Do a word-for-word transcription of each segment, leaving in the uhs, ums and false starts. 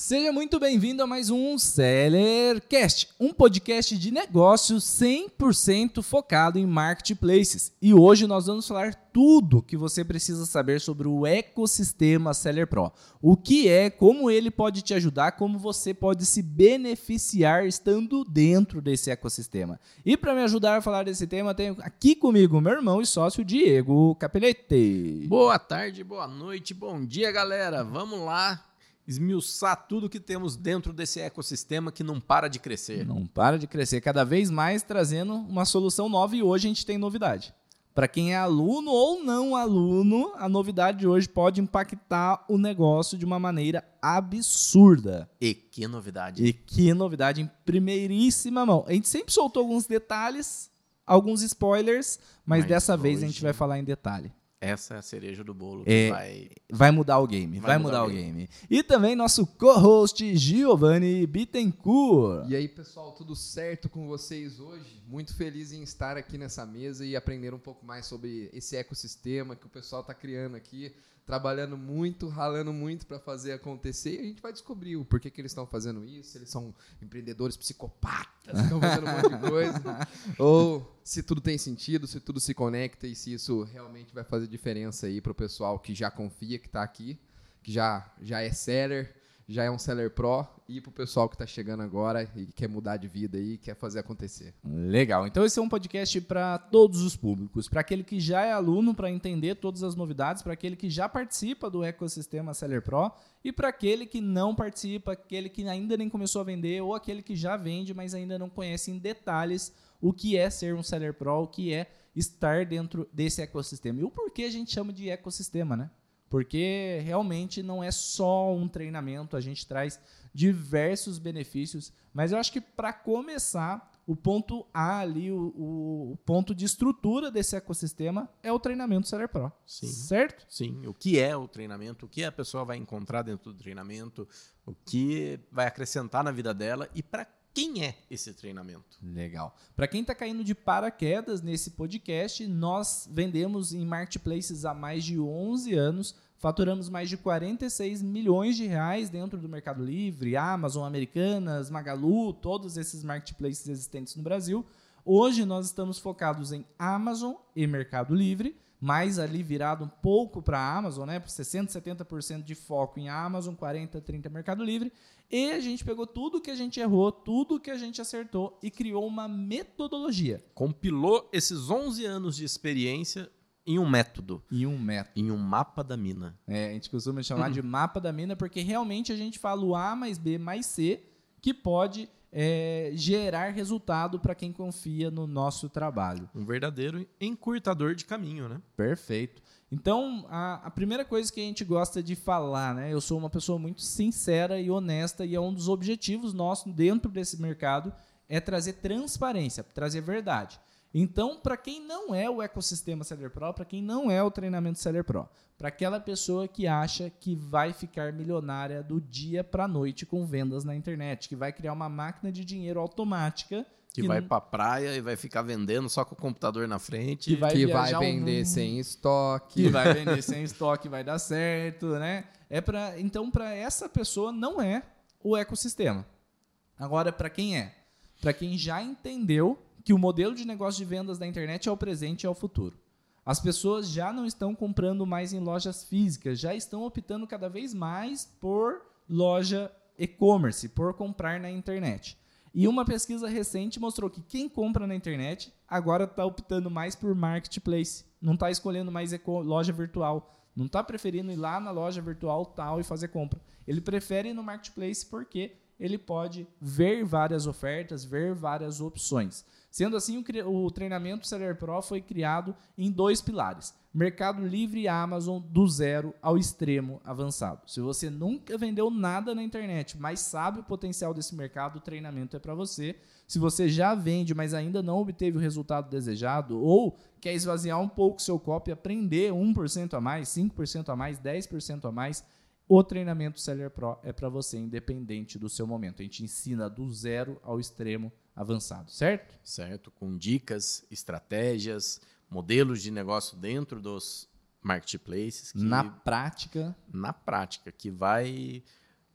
Seja muito bem-vindo a mais um SellerCast, um podcast de negócios cem por cento focado em marketplaces. E hoje nós vamos falar tudo que você precisa saber sobre o ecossistema Seller Pro. O que é, como ele pode te ajudar, como você pode se beneficiar estando dentro desse ecossistema. E para me ajudar a falar desse tema, tenho aqui comigo meu irmão e sócio Diego Capelete. Boa tarde, boa noite, bom dia, galera. Vamos lá esmiuçar tudo que temos dentro desse ecossistema que não para de crescer. Não para de crescer, cada vez mais trazendo uma solução nova e hoje a gente tem novidade. Para quem é aluno ou não aluno, a novidade de hoje pode impactar o negócio de uma maneira absurda. E que novidade. E que novidade em primeiríssima mão. A gente sempre soltou alguns detalhes, alguns spoilers, mas, mas dessa hoje... vez a gente vai falar em detalhe. Essa é a cereja do bolo que é, vai... vai mudar o game, vai, vai mudar, mudar o game. game. E também nosso co-host Giovanni Bittencourt. E aí, pessoal, tudo certo com vocês hoje? Muito feliz em estar aqui nessa mesa e aprender um pouco mais sobre esse ecossistema que o pessoal está criando aqui, trabalhando muito, ralando muito para fazer acontecer, e a gente vai descobrir o porquê que eles estão fazendo isso, se eles são empreendedores psicopatas, estão fazendo um monte de coisa, ou se tudo tem sentido, se tudo se conecta e se isso realmente vai fazer diferença aí para o pessoal que já confia, que está aqui, que já, já é seller, já é um Seller Pro, e para o pessoal que está chegando agora e quer mudar de vida e quer fazer acontecer. Legal. Então esse é um podcast para todos os públicos, para aquele que já é aluno para entender todas as novidades, para aquele que já participa do ecossistema Seller Pro e para aquele que não participa, aquele que ainda nem começou a vender ou aquele que já vende, mas ainda não conhece em detalhes o que é ser um Seller Pro, o que é estar dentro desse ecossistema. E o porquê a gente chama de ecossistema, né? Porque realmente não é só um treinamento, a gente traz diversos benefícios, mas eu acho que para começar, o ponto A ali, o, o ponto de estrutura desse ecossistema é o treinamento Seller Pro, Sim. certo? Sim, o que é o treinamento, o que a pessoa vai encontrar dentro do treinamento, o que vai acrescentar na vida dela e para quem é esse treinamento? Legal. Para quem está caindo de paraquedas nesse podcast, nós vendemos em marketplaces há mais de onze anos, faturamos mais de quarenta e seis milhões de reais dentro do Mercado Livre, Amazon, Americanas, Magalu, todos esses marketplaces existentes no Brasil. Hoje nós estamos focados em Amazon e Mercado Livre, mais ali virado um pouco para a Amazon, né? sessenta, setenta por cento de foco em Amazon, quarenta, trinta por cento Mercado Livre. E a gente pegou tudo que a gente errou, tudo que a gente acertou e criou uma metodologia. Compilou esses onze anos de experiência em um método. Em um método. Em um mapa da mina. É, a gente costuma chamar uhum. de mapa da mina porque realmente a gente fala o A mais B mais C que pode é, gerar resultado para quem confia no nosso trabalho. Um verdadeiro encurtador de caminho, né? Perfeito. Então, a, a primeira coisa que a gente gosta de falar, né? Eu sou uma pessoa muito sincera e honesta e é um dos objetivos nossos dentro desse mercado é trazer transparência, trazer verdade. Então, para quem não é o ecossistema Seller Pro, para quem não é o treinamento Seller Pro, para aquela pessoa que acha que vai ficar milionária do dia para a noite com vendas na internet, que vai criar uma máquina de dinheiro automática, que, que vai não... para praia e vai ficar vendendo só com o computador na frente. Que vai, que vai vender um... sem estoque. Que vai vender sem estoque, vai dar certo, né? É pra... Então, para essa pessoa, não é o ecossistema. Agora, para quem é? Para quem já entendeu que o modelo de negócio de vendas da internet é o presente e é o futuro. As pessoas já não estão comprando mais em lojas físicas, já estão optando cada vez mais por loja e-commerce, por comprar na internet. E uma pesquisa recente mostrou que quem compra na internet agora está optando mais por marketplace, não está escolhendo mais loja virtual, não está preferindo ir lá na loja virtual tal e fazer compra. Ele prefere ir no marketplace porque ele pode ver várias ofertas, ver várias opções. Sendo assim, o treinamento Seller Pro foi criado em dois pilares. Mercado Livre e Amazon do zero ao extremo avançado. Se você nunca vendeu nada na internet, mas sabe o potencial desse mercado, o treinamento é para você. Se você já vende, mas ainda não obteve o resultado desejado, ou quer esvaziar um pouco seu copo e aprender um por cento a mais, cinco por cento a mais, dez por cento a mais, o treinamento Seller Pro é para você, independente do seu momento. A gente ensina do zero ao extremo avançado, certo? Certo, com dicas, estratégias, modelos de negócio dentro dos marketplaces. Que, na prática. Na prática, que vai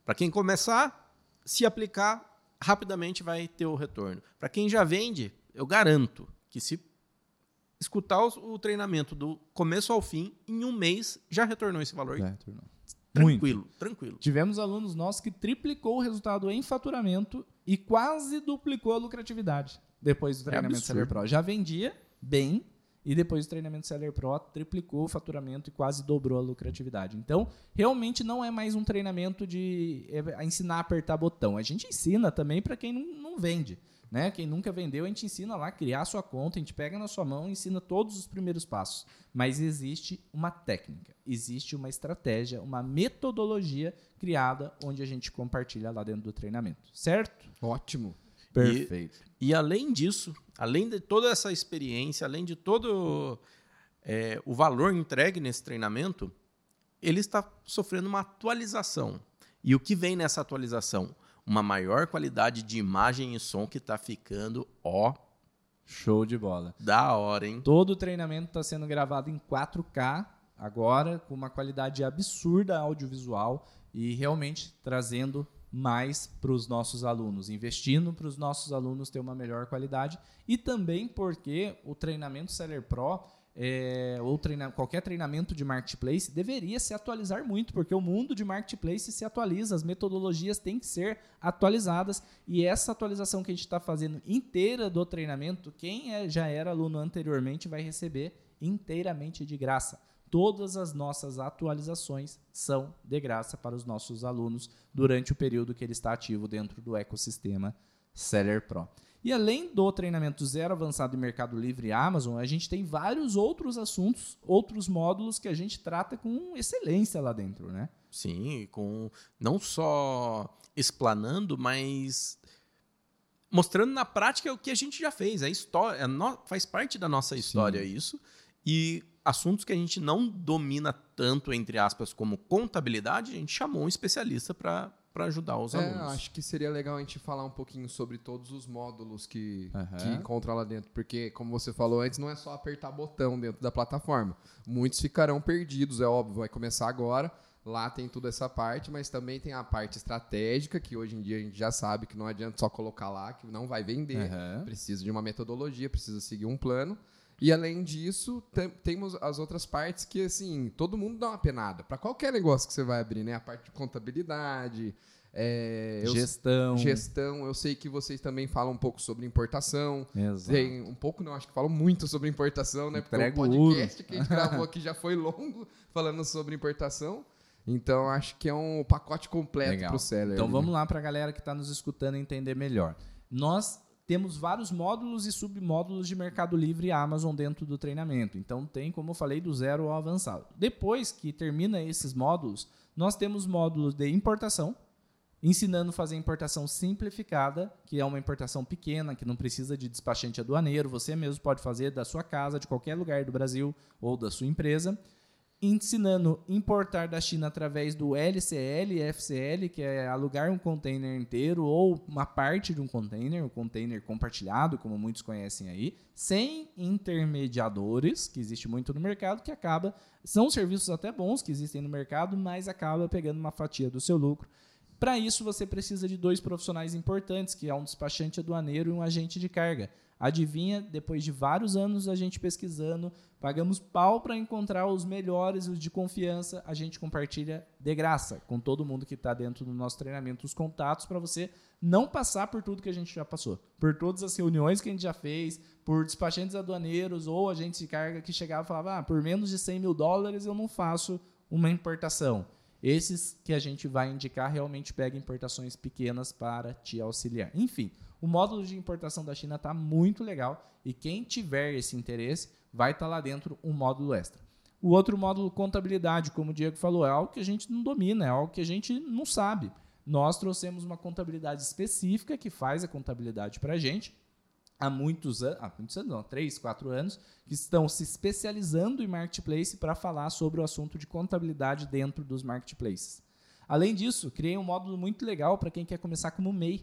Para quem começar, se aplicar, rapidamente vai ter o retorno. Para quem já vende, eu garanto que se escutar o, o treinamento do começo ao fim, em um mês já retornou esse valor. Já retornou. Tranquilo, Muito. tranquilo. Tivemos alunos nossos que triplicou o resultado em faturamento e quase duplicou a lucratividade depois do treinamento absurdo. Seller Pro. Já vendia bem e depois do treinamento Seller Pro triplicou o faturamento e quase dobrou a lucratividade. Então, realmente não é mais um treinamento de é, ensinar a apertar botão. A gente ensina também para quem não, não vende. Né? Quem nunca vendeu, a gente ensina lá a criar a sua conta, a gente pega na sua mão e ensina todos os primeiros passos. Mas existe uma técnica, existe uma estratégia, uma metodologia criada onde a gente compartilha lá dentro do treinamento. Certo? Ótimo. Perfeito. E, e além disso, além de toda essa experiência, além de todo é, o valor entregue nesse treinamento, ele está sofrendo uma atualização. E o que vem nessa atualização? Uma maior qualidade de imagem e som que está ficando, ó, show de bola. Da hora, hein? Todo o treinamento está sendo gravado em quatro K agora, com uma qualidade absurda audiovisual e realmente trazendo mais para os nossos alunos, investindo para os nossos alunos ter uma melhor qualidade e também porque o treinamento Seller Pro É, ou treina, qualquer treinamento de marketplace deveria se atualizar muito, porque o mundo de marketplace se atualiza, as metodologias têm que ser atualizadas e essa atualização que a gente está fazendo inteira do treinamento, quem é, já era aluno anteriormente vai receber inteiramente de graça. Todas as nossas atualizações são de graça para os nossos alunos durante o período que ele está ativo dentro do ecossistema Seller Pro. E além do treinamento zero avançado em Mercado Livre e Amazon, a gente tem vários outros assuntos, outros módulos que a gente trata com excelência lá dentro, né? Sim, com não só explanando, mas mostrando na prática o que a gente já fez. A história, a no, faz parte da nossa história. Sim. Isso. E assuntos que a gente não domina tanto, entre aspas, como contabilidade, a gente chamou um especialista para para ajudar os é, alunos. Acho que seria legal a gente falar um pouquinho sobre todos os módulos que, uhum. que encontra lá dentro, porque, como você falou antes, não é só apertar botão dentro da plataforma. Muitos ficarão perdidos, é óbvio, vai começar agora, lá tem toda essa parte, mas também tem a parte estratégica, que hoje em dia a gente já sabe que não adianta só colocar lá, que não vai vender, uhum. precisa de uma metodologia, precisa seguir um plano. E, além disso, tem, temos as outras partes que, assim, todo mundo dá uma penada. Para qualquer negócio que você vai abrir, né? A parte de contabilidade, é, gestão. Eu, gestão. Eu sei que vocês também falam um pouco sobre importação. Exato. Tem um pouco, não, acho que falam muito sobre importação, né? Porque Entrego o podcast ouro. que a gente gravou aqui já foi longo, falando sobre importação. Então, acho que é um pacote completo para o seller. Então, ali, vamos né? lá para a galera que está nos escutando entender melhor. Nós temos vários módulos e submódulos de Mercado Livre e Amazon dentro do treinamento. Então, tem, como eu falei, do zero ao avançado. Depois que termina esses módulos, nós temos módulos de importação, ensinando a fazer importação simplificada, que é uma importação pequena, que não precisa de despachante aduaneiro. Você mesmo pode fazer da sua casa, de qualquer lugar do Brasil ou da sua empresa. Ensinando a importar da China através do L C L e F C L, que é alugar um container inteiro ou uma parte de um container, um container compartilhado, como muitos conhecem aí, sem intermediadores, que existe muito no mercado, que acaba, são serviços até bons que existem no mercado, mas acaba pegando uma fatia do seu lucro. Para isso, você precisa de dois profissionais importantes, que é um despachante aduaneiro e um agente de carga. Adivinha, depois de vários anos a gente pesquisando, pagamos pau para encontrar os melhores, os de confiança, a gente compartilha de graça com todo mundo que está dentro do nosso treinamento, os contatos para você não passar por tudo que a gente já passou, por todas as reuniões que a gente já fez, por despachantes aduaneiros ou agentes de carga que chegavam e falavam, ah, por menos de cem mil dólares eu não faço uma importação. Esses que a gente vai indicar realmente pegam importações pequenas para te auxiliar. Enfim, o módulo de importação da China está muito legal e quem tiver esse interesse vai estar tá lá dentro um módulo extra. O outro módulo, contabilidade, como o Diego falou, é algo que a gente não domina, é algo que a gente não sabe. Nós trouxemos uma contabilidade específica que faz a contabilidade para a gente há muitos anos, há muitos anos não, três, quatro anos, que estão se especializando em marketplace para falar sobre o assunto de contabilidade dentro dos marketplaces. Além disso, criei um módulo muito legal para quem quer começar como M E I.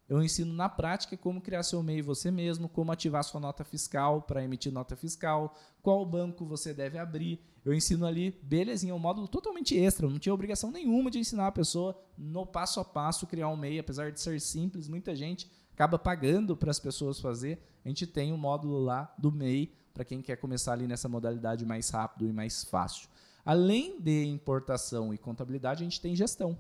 eu ensino na prática como criar seu M E I você mesmo, como ativar sua nota fiscal para emitir nota fiscal, qual banco você deve abrir. Eu ensino ali, belezinha, um módulo totalmente extra, eu não tinha obrigação nenhuma de ensinar a pessoa no passo a passo criar um M E I, apesar de ser simples, muita gente acaba pagando para as pessoas fazer. A gente tem um módulo lá do M E I para quem quer começar ali nessa modalidade mais rápido e mais fácil. Além de importação e contabilidade, a gente tem gestão.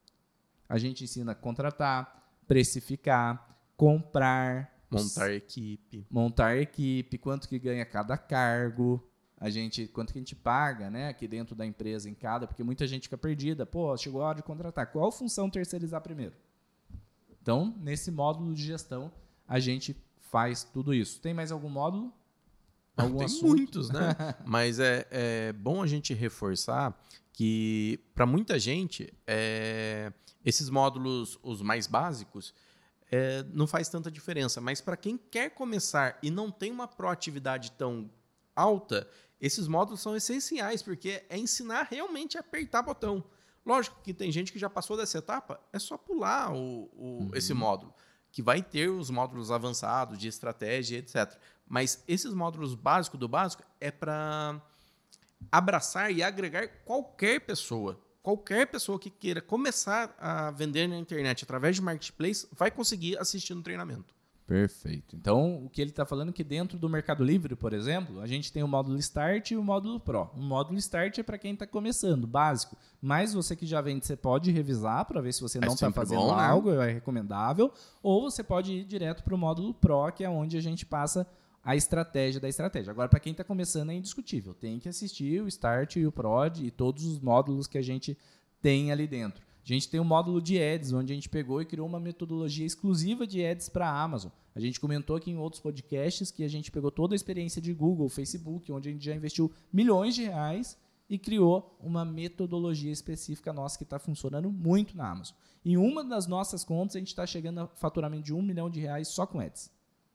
A gente ensina a contratar, precificar, comprar, montar equipe, montar equipe, quanto que ganha cada cargo, a gente, quanto que a gente paga, né, aqui dentro da empresa em cada, porque muita gente fica perdida. Pô, chegou a hora de contratar. Qual função terceirizar primeiro? Então, nesse módulo de gestão, a gente faz tudo isso. Tem mais algum módulo? Algum Tem assunto? muitos, né? Mas é, é bom a gente reforçar que, para muita gente, é, esses módulos, os mais básicos, é, não faz tanta diferença. Mas para quem quer começar e não tem uma proatividade tão alta, esses módulos são essenciais, porque é ensinar realmente a apertar botão. Lógico que tem gente que já passou dessa etapa, é só pular o, o, uhum. esse módulo, que vai ter os módulos avançados de estratégia, etcétera. Mas esses módulos básicos do básico é para abraçar e agregar qualquer pessoa. Qualquer pessoa que queira começar a vender na internet através de marketplace vai conseguir assistir no treinamento. Perfeito. Então, o que ele está falando é que dentro do Mercado Livre, por exemplo, a gente tem o módulo Start e o módulo Pro. O módulo Start é para quem está começando, básico. Mas você que já vende, você pode revisar para ver se você é não está fazendo bom, algo, né? É recomendável. Ou você pode ir direto para o módulo Pro, que é onde a gente passa a estratégia da estratégia. Agora, para quem está começando, é indiscutível. Tem que assistir o Start e o Pro e todos os módulos que a gente tem ali dentro. A gente tem um módulo de Ads, onde a gente pegou e criou uma metodologia exclusiva de Ads para a Amazon. A gente comentou aqui em outros podcasts que a gente pegou toda a experiência de Google, Facebook, onde a gente já investiu milhões de reais e criou uma metodologia específica nossa que está funcionando muito na Amazon. Em uma das nossas contas, a gente está chegando a faturamento de um milhão de reais só com Ads.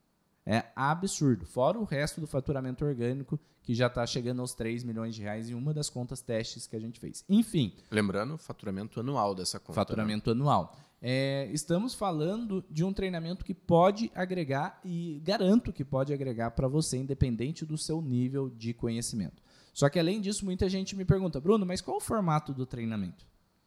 É absurdo. Fora o resto do faturamento orgânico, que já está chegando aos três milhões de reais em uma das contas testes que a gente fez. Enfim. Lembrando, faturamento anual dessa conta. Faturamento né? anual. É, estamos falando de um treinamento que pode agregar, e garanto que pode agregar para você, independente do seu nível de conhecimento. Só que, além disso, muita gente me pergunta, Bruno, mas qual o formato do treinamento?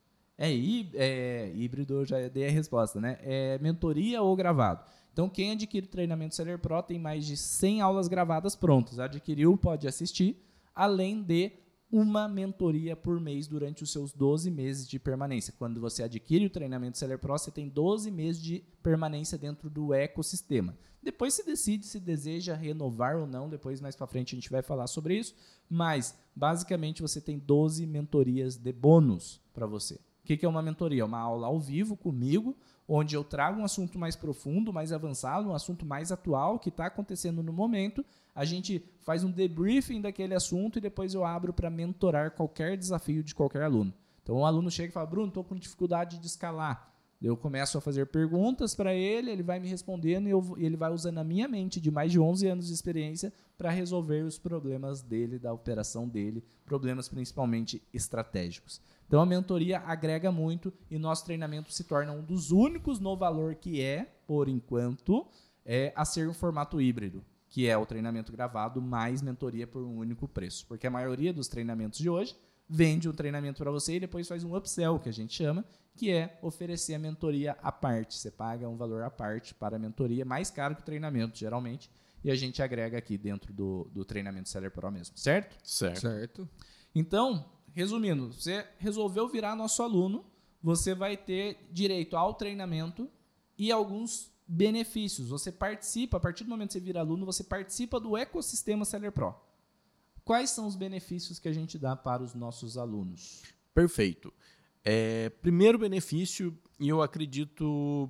É, hí- é híbrido, eu já dei a resposta, né? É mentoria ou gravado? Então, quem adquire o treinamento Seller Pro tem mais de cem aulas gravadas prontas. Adquiriu, pode assistir, além de uma mentoria por mês durante os seus doze meses de permanência. Quando você adquire o treinamento Seller Pro, você tem doze meses de permanência dentro do ecossistema. Depois se decide se deseja renovar ou não, depois mais para frente a gente vai falar sobre isso, mas basicamente você tem doze mentorias de bônus para você. O que é uma mentoria? Uma aula ao vivo comigo, onde eu trago um assunto mais profundo, mais avançado, um assunto mais atual que está acontecendo no momento. A gente faz um debriefing daquele assunto e depois eu abro para mentorar qualquer desafio de qualquer aluno. Então, um aluno chega e fala, Bruno, estou com dificuldade de escalar. Eu começo a fazer perguntas para ele, ele vai me respondendo e eu, ele vai usando a minha mente de mais de onze anos de experiência para resolver os problemas dele, da operação dele, problemas principalmente estratégicos. Então, a mentoria agrega muito e nosso treinamento se torna um dos únicos no valor que é, por enquanto, é a ser um formato híbrido, que é o treinamento gravado mais mentoria por um único preço. Porque a maioria dos treinamentos de hoje vende um treinamento para você e depois faz um upsell, que a gente chama, que é oferecer a mentoria à parte. Você paga um valor à parte para a mentoria, mais caro que o treinamento, geralmente, e a gente agrega aqui dentro do, do treinamento Seller Pro mesmo, certo? Certo. Certo. Então, resumindo, você resolveu virar nosso aluno, você vai ter direito ao treinamento e alguns benefícios. Você participa, a partir do momento que você vira aluno, você participa do ecossistema Seller Pro. Quais são os benefícios que a gente dá para os nossos alunos? Perfeito. É, primeiro benefício, e eu acredito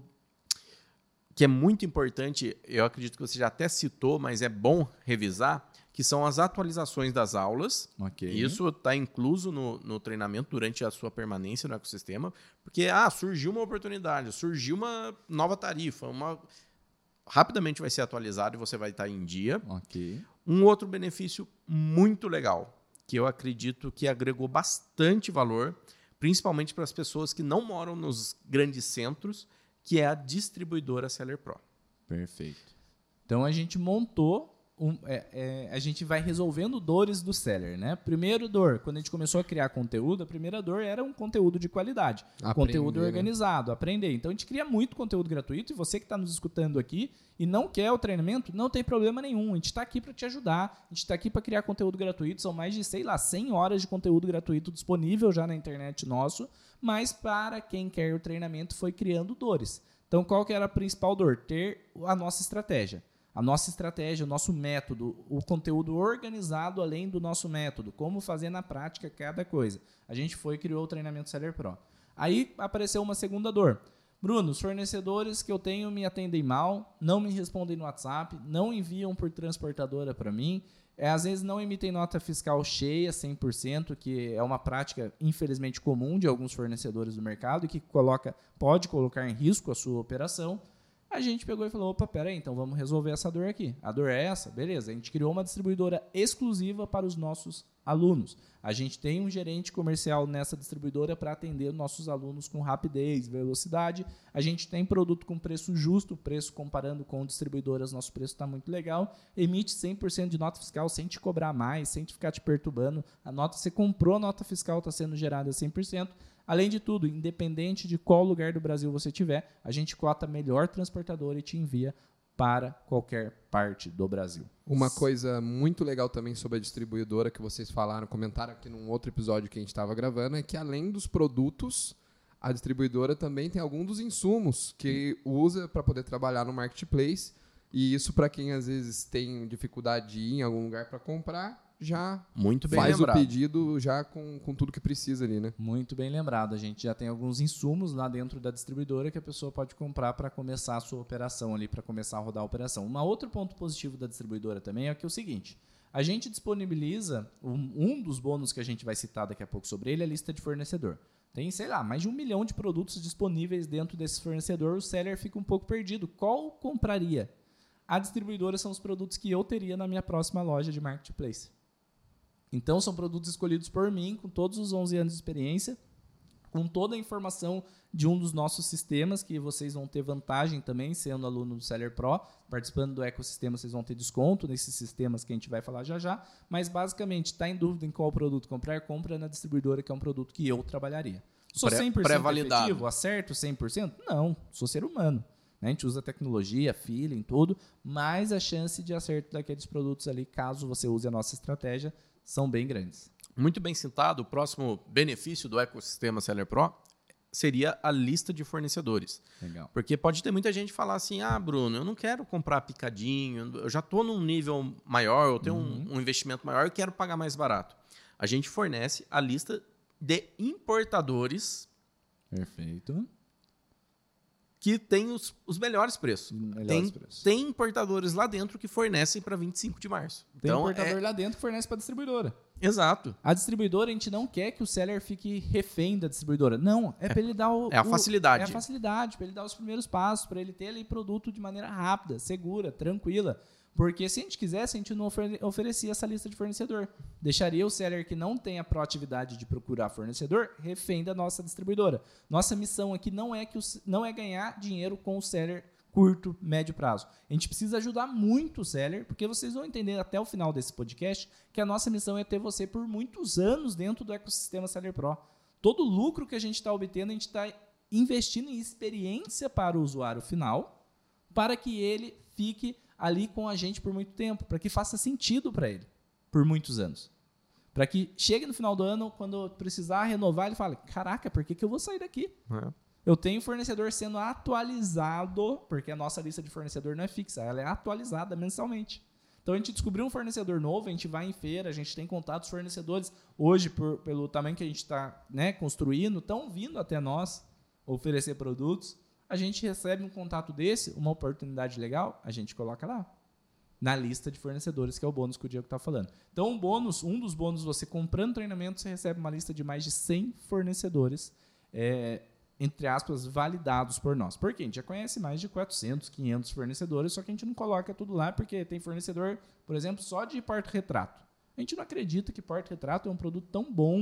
que é muito importante, eu acredito que você já até citou, mas é bom revisar, que são as atualizações das aulas. Ok. Isso está incluso no, no treinamento durante a sua permanência no ecossistema, porque ah, surgiu uma oportunidade, surgiu uma nova tarifa, uma... rapidamente vai ser atualizado e você vai estar em dia. Ok. Um outro benefício muito legal, que eu acredito que agregou bastante valor, principalmente para as pessoas que não moram nos grandes centros, que é a distribuidora Seller Pro. Perfeito. Então a gente montou, um, é, é, a gente vai resolvendo dores do seller, né? Primeiro dor, quando a gente começou a criar conteúdo, a primeira dor era um conteúdo de qualidade, Aprender, conteúdo né? organizado, aprender. Então a gente cria muito conteúdo gratuito e você que está nos escutando aqui e não quer o treinamento, não tem problema nenhum. A gente está aqui para te ajudar, a gente está aqui para criar conteúdo gratuito. São mais de, sei lá, cem horas de conteúdo gratuito disponível já na internet nosso, mas para quem quer o treinamento foi criando dores. Então qual que era a principal dor? Ter a nossa estratégia. A nossa estratégia, o nosso método, o conteúdo organizado além do nosso método, como fazer na prática cada coisa. A gente foi e criou o treinamento Seller Pro. Aí apareceu uma segunda dor. Bruno, os fornecedores que eu tenho me atendem mal, não me respondem no WhatsApp, não enviam por transportadora para mim, é, às vezes não emitem nota fiscal cheia, cem por cento, que é uma prática infelizmente comum de alguns fornecedores do mercado e que coloca, pode colocar em risco a sua operação. A gente pegou e falou, opa, peraí, então vamos resolver essa dor aqui. A dor é essa? Beleza, a gente criou uma distribuidora exclusiva para os nossos alunos. A gente tem um gerente comercial nessa distribuidora para atender nossos alunos com rapidez, velocidade. A gente tem produto com preço justo, preço comparando com distribuidoras, nosso preço está muito legal. Emite cem por cento de nota fiscal sem te cobrar mais, sem te ficar te perturbando. A nota, você comprou, a nota fiscal está sendo gerada cem por cento. Além de tudo, independente de qual lugar do Brasil você estiver, a gente cota a melhor transportadora e te envia para qualquer parte do Brasil. Uma coisa muito legal também sobre a distribuidora que vocês falaram, comentaram aqui num outro episódio que a gente estava gravando, é que além dos produtos, a distribuidora também tem alguns dos insumos que usa para poder trabalhar no marketplace. E isso, para quem às vezes tem dificuldade de ir em algum lugar para comprar, já Muito bem faz lembrado. o pedido já com, com tudo que precisa ali, né? Muito bem lembrado. A gente já tem alguns insumos lá dentro da distribuidora que a pessoa pode comprar para começar a sua operação ali, para começar a rodar a operação. Um outro ponto positivo da distribuidora também é que é o seguinte, a gente disponibiliza, um, um dos bônus que a gente vai citar daqui a pouco sobre ele é a lista de fornecedor. Tem, sei lá, mais de um milhão de produtos disponíveis dentro desse fornecedor, o seller fica um pouco perdido. Qual compraria? A distribuidora são os produtos que eu teria na minha próxima loja de marketplace. Então, são produtos escolhidos por mim, com todos os onze anos de experiência, com toda a informação de um dos nossos sistemas, que vocês vão ter vantagem também, sendo aluno do Seller Pro. Participando do ecossistema, vocês vão ter desconto nesses sistemas que a gente vai falar já já. Mas, basicamente, está em dúvida em qual produto comprar, compra na distribuidora, que é um produto que eu trabalharia. Sou Pré- cem por cento pré-validado. efetivo? Acerto cem por cento? Não, sou ser humano. A gente usa tecnologia, feeling, tudo, mas a chance de acerto daqueles produtos ali, caso você use a nossa estratégia, são bem grandes. Muito bem citado, o próximo benefício do ecossistema Seller Pro seria a lista de fornecedores. Legal. Porque pode ter muita gente falar assim, ah, Bruno, eu não quero comprar picadinho, eu já estou num nível maior, eu tenho Uhum. um, um investimento maior, eu quero pagar mais barato. A gente fornece a lista de importadores Perfeito. que tem os, os melhores preços. Melhores Tem, preços. tem importadores lá dentro que fornecem para vinte e cinco de março. Tem Então, importador é- lá dentro que fornece para a distribuidora. Exato. A distribuidora, a gente não quer que o seller fique refém da distribuidora. Não, é, para ele dar o... é a o- facilidade. É a facilidade, para ele dar os primeiros passos, para ele ter ali produto de maneira rápida, segura, tranquila. Porque se a gente quisesse, a gente não ofere- oferecia essa lista de fornecedor. Deixaria o seller que não tem a proatividade de procurar fornecedor refém da nossa distribuidora. Nossa missão aqui não é, que o, não é ganhar dinheiro com o seller curto, médio prazo. A gente precisa ajudar muito o seller, porque vocês vão entender até o final desse podcast que a nossa missão é ter você por muitos anos dentro do ecossistema Seller Pro. Todo lucro que a gente está obtendo, a gente está investindo em experiência para o usuário final, para que ele fique ali com a gente por muito tempo, para que faça sentido para ele por muitos anos. Para que chegue no final do ano, quando precisar renovar, ele fale, caraca, por que, que eu vou sair daqui? É. Eu tenho fornecedor sendo atualizado, porque a nossa lista de fornecedor não é fixa, ela é atualizada mensalmente. Então a gente descobriu um fornecedor novo, a gente vai em feira, a gente tem contatos fornecedores. Hoje, por, pelo tamanho que a gente está, né, construindo, estão vindo até nós oferecer produtos. A gente recebe um contato desse, uma oportunidade legal, a gente coloca lá. Na lista de fornecedores, que é o bônus que o Diego está falando. Então, um bônus, um dos bônus, você comprando treinamento, você recebe uma lista de mais de cem fornecedores, é, entre aspas, validados por nós. Porque a gente já conhece mais de quatrocentos, quinhentos fornecedores, só que a gente não coloca tudo lá, porque tem fornecedor, por exemplo, só de porta-retrato. A gente não acredita que porta-retrato é um produto tão bom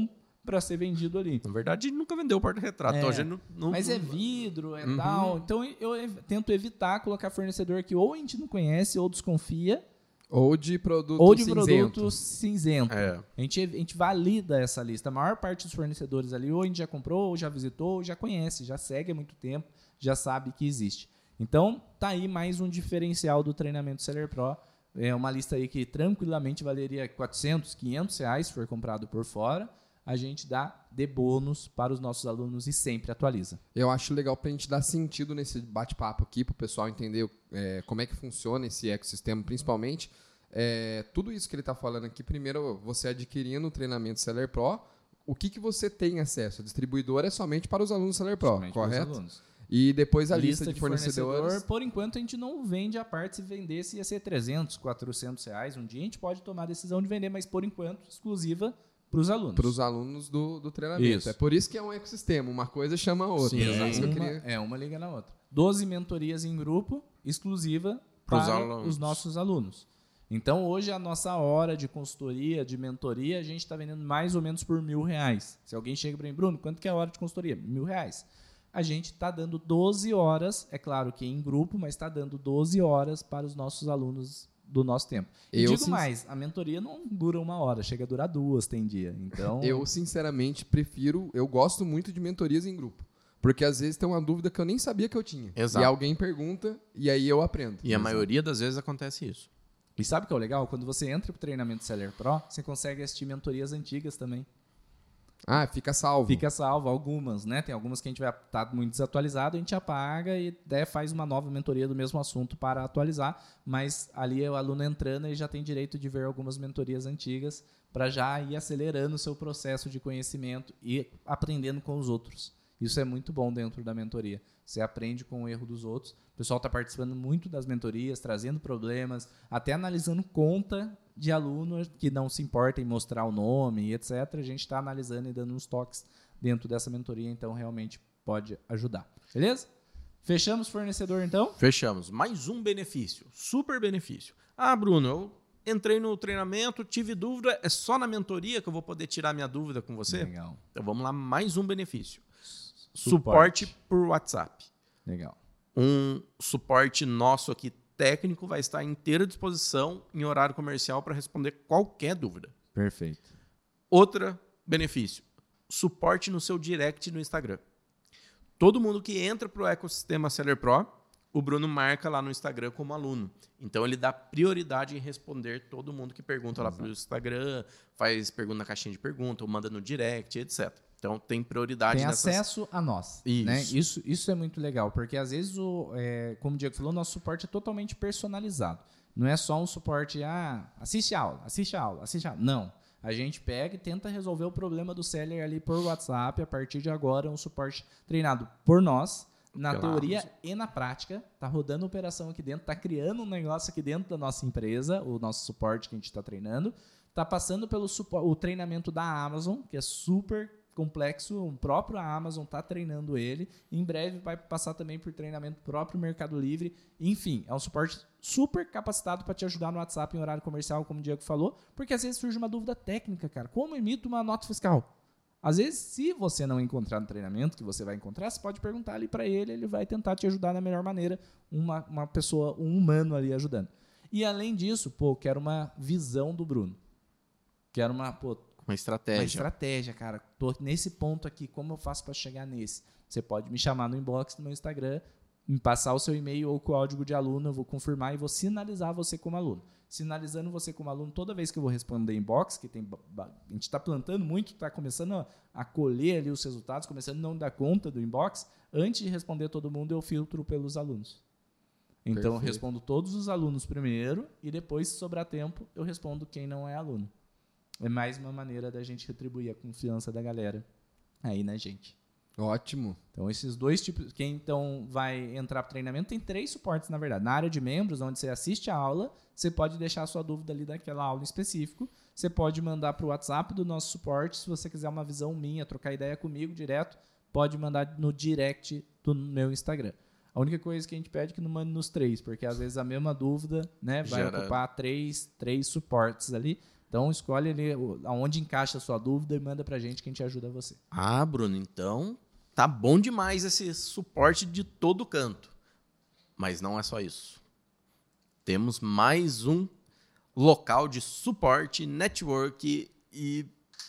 para ser vendido ali. Na verdade, a gente nunca vendeu o porta-retrato. É, então a gente não, não, mas é não- vidro, é Uhum. tal. Então eu ev- tento evitar colocar fornecedor que ou a gente não conhece ou desconfia, Ou de produto ou de cinzento. produto cinzento. É. A gente, a gente valida essa lista. A maior parte dos fornecedores ali, ou a gente já comprou, ou já visitou, ou já conhece, já segue há muito tempo, já sabe que existe. Então, tá aí mais um diferencial do treinamento Seller Pro. É uma lista aí que tranquilamente valeria quatrocentos, quinhentos reais se for comprado por fora. A gente dá de bônus para os nossos alunos e sempre atualiza. Eu acho legal pra gente dar sentido nesse bate-papo aqui, pro pessoal entender é, como é que funciona esse ecossistema, principalmente. É, tudo isso que ele tá falando aqui, primeiro, você adquirindo o treinamento Seller Pro, o que, que você tem acesso? A distribuidora é somente para os alunos Seller Pro, Somente para os correto? alunos. E depois a lista, de fornecedores. fornecedor, por enquanto a gente não vende a parte. Se vendesse ia ser trezentos, quatrocentos reais. Um dia a gente pode tomar a decisão de vender, mas por enquanto exclusiva para os alunos. Para os alunos do, do treinamento. Isso. É por isso que é um ecossistema, uma coisa chama a outra. Sim. É isso que eu uma, queria... é, uma liga na outra. doze mentorias em grupo, exclusiva Pros para alunos. os nossos alunos. Então, hoje, a nossa hora de consultoria, de mentoria, a gente está vendendo mais ou menos por mil reais. Se alguém chega para mim, Bruno, quanto que é a hora de consultoria? Mil reais. A gente está dando doze horas, é claro que em grupo, mas está dando doze horas para os nossos alunos do nosso tempo. E Eu, digo sin- mais, a mentoria não dura uma hora, chega a durar duas, tem dia. Então, Eu, sinceramente, prefiro... Eu gosto muito de mentorias em grupo. Porque às vezes tem uma dúvida que eu nem sabia que eu tinha. Exato. E alguém pergunta e aí eu aprendo. E a maioria das vezes acontece isso. e sabe o que é o legal? Quando você entra para o treinamento Seller Pro, você consegue assistir mentorias antigas também. Ah, fica salvo. Fica salvo algumas, né? Tem algumas que a gente vai estar muito desatualizado, a gente apaga e daí faz uma nova mentoria do mesmo assunto para atualizar, mas ali é o aluno entrando e já tem direito de ver algumas mentorias antigas para já ir acelerando o seu processo de conhecimento e aprendendo com os outros. Isso é muito bom dentro da mentoria. Você aprende com o erro dos outros. O pessoal está participando muito das mentorias, trazendo problemas, até analisando conta de aluno que não se importa em mostrar o nome e etcétera. A gente está analisando e dando uns toques dentro dessa mentoria, então realmente pode ajudar. Beleza? Fechamos fornecedor, então? Fechamos. Mais um benefício. Super benefício. Ah, Bruno, eu entrei no treinamento, tive dúvida. É só na mentoria que eu vou poder tirar minha dúvida com você? Legal. Então vamos lá, mais um benefício. Suporte. Suporte por WhatsApp. Legal. Um suporte nosso aqui técnico vai estar à inteira disposição em horário comercial para responder qualquer dúvida. Perfeito. Outro benefício, suporte no seu direct no Instagram. Todo mundo que entra para o ecossistema Seller Pro, o Bruno marca lá no Instagram como aluno. Então, ele dá prioridade em responder todo mundo que pergunta lá pelo Instagram, faz pergunta na caixinha de pergunta, ou manda no direct, etcétera. Então, tem prioridade Tem nessas... acesso a nós. Isso. Né? Isso, isso é muito legal, porque às vezes, o, é, como o Diego falou, nosso suporte é totalmente personalizado. Não é só um suporte, ah, assiste a aula, assiste a aula, assiste a aula. Não. A gente pega e tenta resolver o problema do seller ali por WhatsApp. A partir de agora, é um suporte treinado por nós, na Pela teoria Amazon. e na prática. Tá rodando operação aqui dentro, tá criando um negócio aqui dentro da nossa empresa, o nosso suporte que a gente está treinando. Tá passando pelo supo- o treinamento da Amazon, que é super complexo, o próprio Amazon está treinando ele. Em breve vai passar também por treinamento próprio Mercado Livre. Enfim, é um suporte super capacitado para te ajudar no WhatsApp em horário comercial, como o Diego falou, porque às vezes surge uma dúvida técnica, cara. Como emito uma nota fiscal? Às vezes, se você não encontrar no treinamento, que você vai encontrar, você pode perguntar ali para ele, ele vai tentar te ajudar da melhor maneira, uma, uma pessoa, um humano ali ajudando. E além disso, pô, quero uma visão do Bruno. Quero uma, pô, Uma estratégia. uma estratégia, cara. Tô nesse ponto aqui, como eu faço para chegar nesse? Você pode me chamar no inbox do meu Instagram, me passar o seu e-mail ou código de aluno, eu vou confirmar e vou sinalizar você como aluno. Sinalizando você como aluno, toda vez que eu vou responder inbox, que tem, a gente está plantando muito, está começando a, a colher ali os resultados, começando a não dar conta do inbox, antes de responder todo mundo, eu filtro pelos alunos. Então, eu Perfeito. respondo todos os alunos primeiro e depois, se sobrar tempo, eu respondo quem não é aluno. É mais uma maneira da gente retribuir a confiança da galera aí na gente. Ótimo. Então, esses dois tipos... Quem, então, vai entrar para o treinamento, tem três suportes, na verdade. Na área de membros, onde você assiste a aula, você pode deixar a sua dúvida ali daquela aula em específico. Você pode mandar para o WhatsApp do nosso suporte. Se você quiser uma visão minha, trocar ideia comigo direto, pode mandar no direct do meu Instagram. A única coisa que a gente pede é que não mande nos três, porque às vezes a mesma dúvida, né, vai Gera- ocupar três, três suportes ali. Então, escolhe ali aonde encaixa a sua dúvida e manda pra gente que a gente ajuda você. Ah, Bruno, então tá bom demais esse suporte de todo canto. Mas não é só isso. Temos mais um local de suporte, network e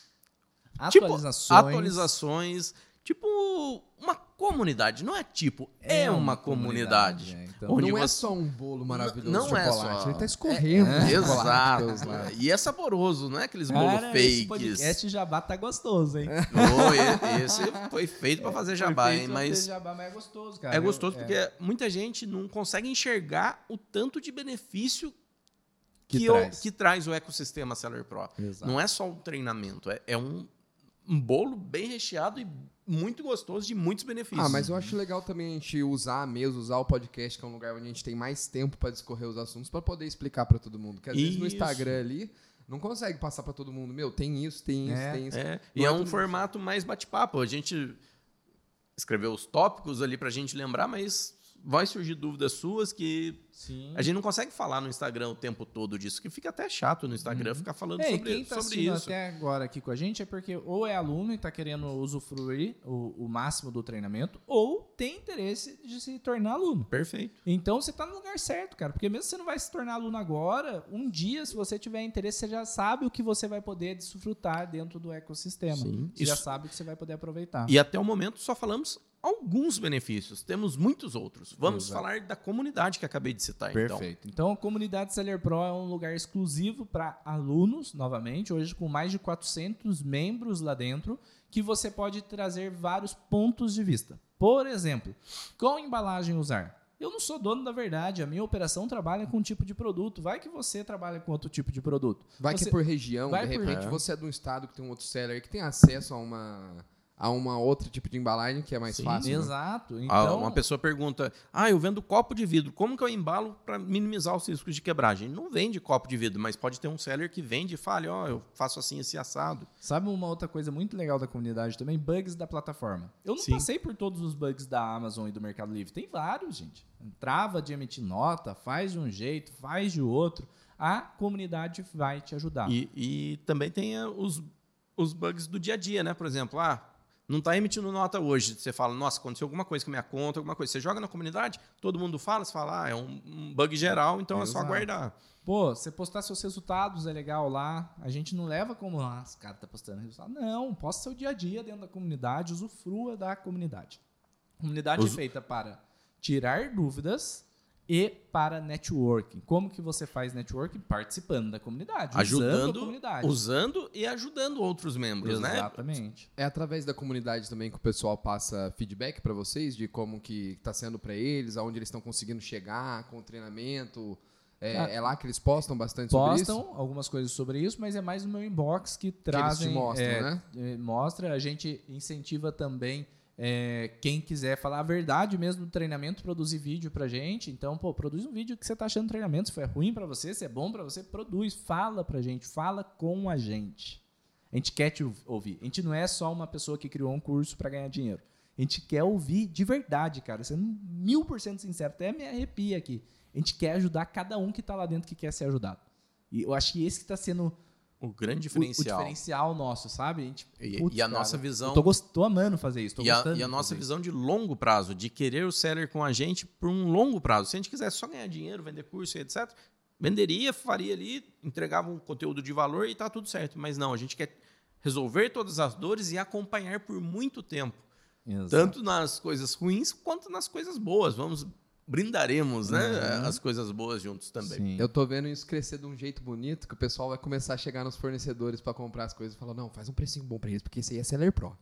Atualizações. Tipo, atualizações, tipo uma comunidade. Não é tipo, é, é uma, uma comunidade. comunidade é, então, onde não você... é só um bolo maravilhoso não, de não chocolate. É só... Ele tá escorrendo. É, é, exato. E é saboroso, não é aqueles bolos Cara, fakes. Esse podcast jabá tá gostoso, hein? Oh, esse foi feito para fazer jabá, foi feito hein? Pra Mas... fazer jabá, mas é gostoso, cara. É gostoso Eu, porque é. muita gente não consegue enxergar o tanto de benefício que, que, traz. O, que traz o ecossistema Seller Pro. Exato. Não é só um treinamento, é, é um, um bolo bem recheado e muito gostoso, de muitos benefícios. Ah, mas eu acho legal também a gente usar a mesa, usar o podcast, que é um lugar onde a gente tem mais tempo para discorrer os assuntos, para poder explicar para todo mundo. Porque às vezes no Instagram ali, não consegue passar para todo mundo. Meu, tem isso, tem isso, é, tem isso. É. E é um formato mais bate-papo. A gente escreveu os tópicos ali para a gente lembrar, mas vai surgir dúvidas suas que Sim. a gente não consegue falar no Instagram o tempo todo disso, que fica até chato no Instagram uhum. ficar falando é, sobre, quem tá sobre isso. Até agora aqui com a gente é porque ou é aluno e está querendo usufruir o, o máximo do treinamento, ou tem interesse de se tornar aluno. Perfeito. Então você está no lugar certo, cara, porque mesmo se você não vai se tornar aluno agora, um dia, se você tiver interesse, você já sabe o que você vai poder desfrutar dentro do ecossistema. Sim. Você isso. já sabe o que você vai poder aproveitar. E até o momento só falamos alguns benefícios, temos muitos outros. Vamos Exato. falar da comunidade que acabei de citar. Perfeito. Então, então a comunidade Seller Pro é um lugar exclusivo para alunos, novamente, hoje com mais de quatrocentos membros lá dentro, que você pode trazer vários pontos de vista. Por exemplo, qual embalagem usar? Eu não sou dono da verdade, a minha operação trabalha com um tipo de produto. Vai que você trabalha com outro tipo de produto. Vai você... que é por região, Vai de repente por... você é de um estado que tem um outro seller que tem acesso a uma... a uma outro tipo de embalagem que é mais Sim, fácil. Exato. Né? Então... Uma pessoa pergunta, ah, eu vendo copo de vidro, como que eu embalo para minimizar os riscos de quebragem? Não vende copo de vidro, mas pode ter um seller que vende e fale, ó, oh, eu faço assim, esse assado. Sabe uma outra coisa muito legal da comunidade também? Bugs da plataforma. Eu não Sim. passei por todos os bugs da Amazon e do Mercado Livre. Tem vários, gente. Trava de emitir nota, faz de um jeito, faz de outro. A comunidade vai te ajudar. E, e também tem os, os bugs do dia a dia, né? Por exemplo, ah, não está emitindo nota hoje. Você fala, nossa, aconteceu alguma coisa com a minha conta, alguma coisa. Você joga na comunidade, todo mundo fala, você fala, ah, é um, um bug geral, então Exato. é só aguardar. Pô, você postar seus resultados é legal lá. A gente não leva como, ah, esse cara tá postando resultado. Não, posta seu dia a dia dentro da comunidade, usufrua da comunidade. A comunidade Os... é feita para tirar dúvidas e para networking. Como que você faz networking? Participando da comunidade, ajudando usando a comunidade. Usando e ajudando outros membros, Exatamente. né? Exatamente. É através da comunidade também que o pessoal passa feedback para vocês de como que está sendo para eles, aonde eles estão conseguindo chegar com o treinamento. É, ah, é lá que eles postam bastante postam sobre isso? Postam algumas coisas sobre isso, mas é mais no meu inbox que que trazem... Eles te mostram, é, né? Mostra, a gente incentiva também... É, quem quiser falar a verdade mesmo do treinamento, produzir vídeo pra gente. Então, pô, produz um vídeo que você tá achando do treinamento. Se foi ruim pra você, se é bom pra você, produz. Fala pra gente, fala com a gente. A gente quer te ouvir. A gente não é só uma pessoa que criou um curso pra ganhar dinheiro. A gente quer ouvir de verdade, cara. Sendo mil por cento sincero, até me arrepia aqui. A gente quer ajudar cada um que tá lá dentro que quer ser ajudado. E eu acho que esse que tá sendo... O grande diferencial. O, o diferencial nosso, sabe? A gente, e, putz, e a cara, nossa visão... Eu tô, gost, tô amando fazer isso. Tô e, a, gostando e a nossa isso. visão de longo prazo, de querer o seller com a gente por um longo prazo. Se a gente quisesse só ganhar dinheiro, vender curso e etcétera, venderia, faria ali, entregava um conteúdo de valor e tá tudo certo. Mas não, a gente quer resolver todas as dores e acompanhar por muito tempo. Exato. Tanto nas coisas ruins quanto nas coisas boas. Vamos... Brindaremos, né? Uhum. As coisas boas juntos também. Sim. Eu tô vendo isso crescer de um jeito bonito, que o pessoal vai começar a chegar nos fornecedores para comprar as coisas e falar, não, faz um precinho bom para eles, porque esse aí é Seller Pro.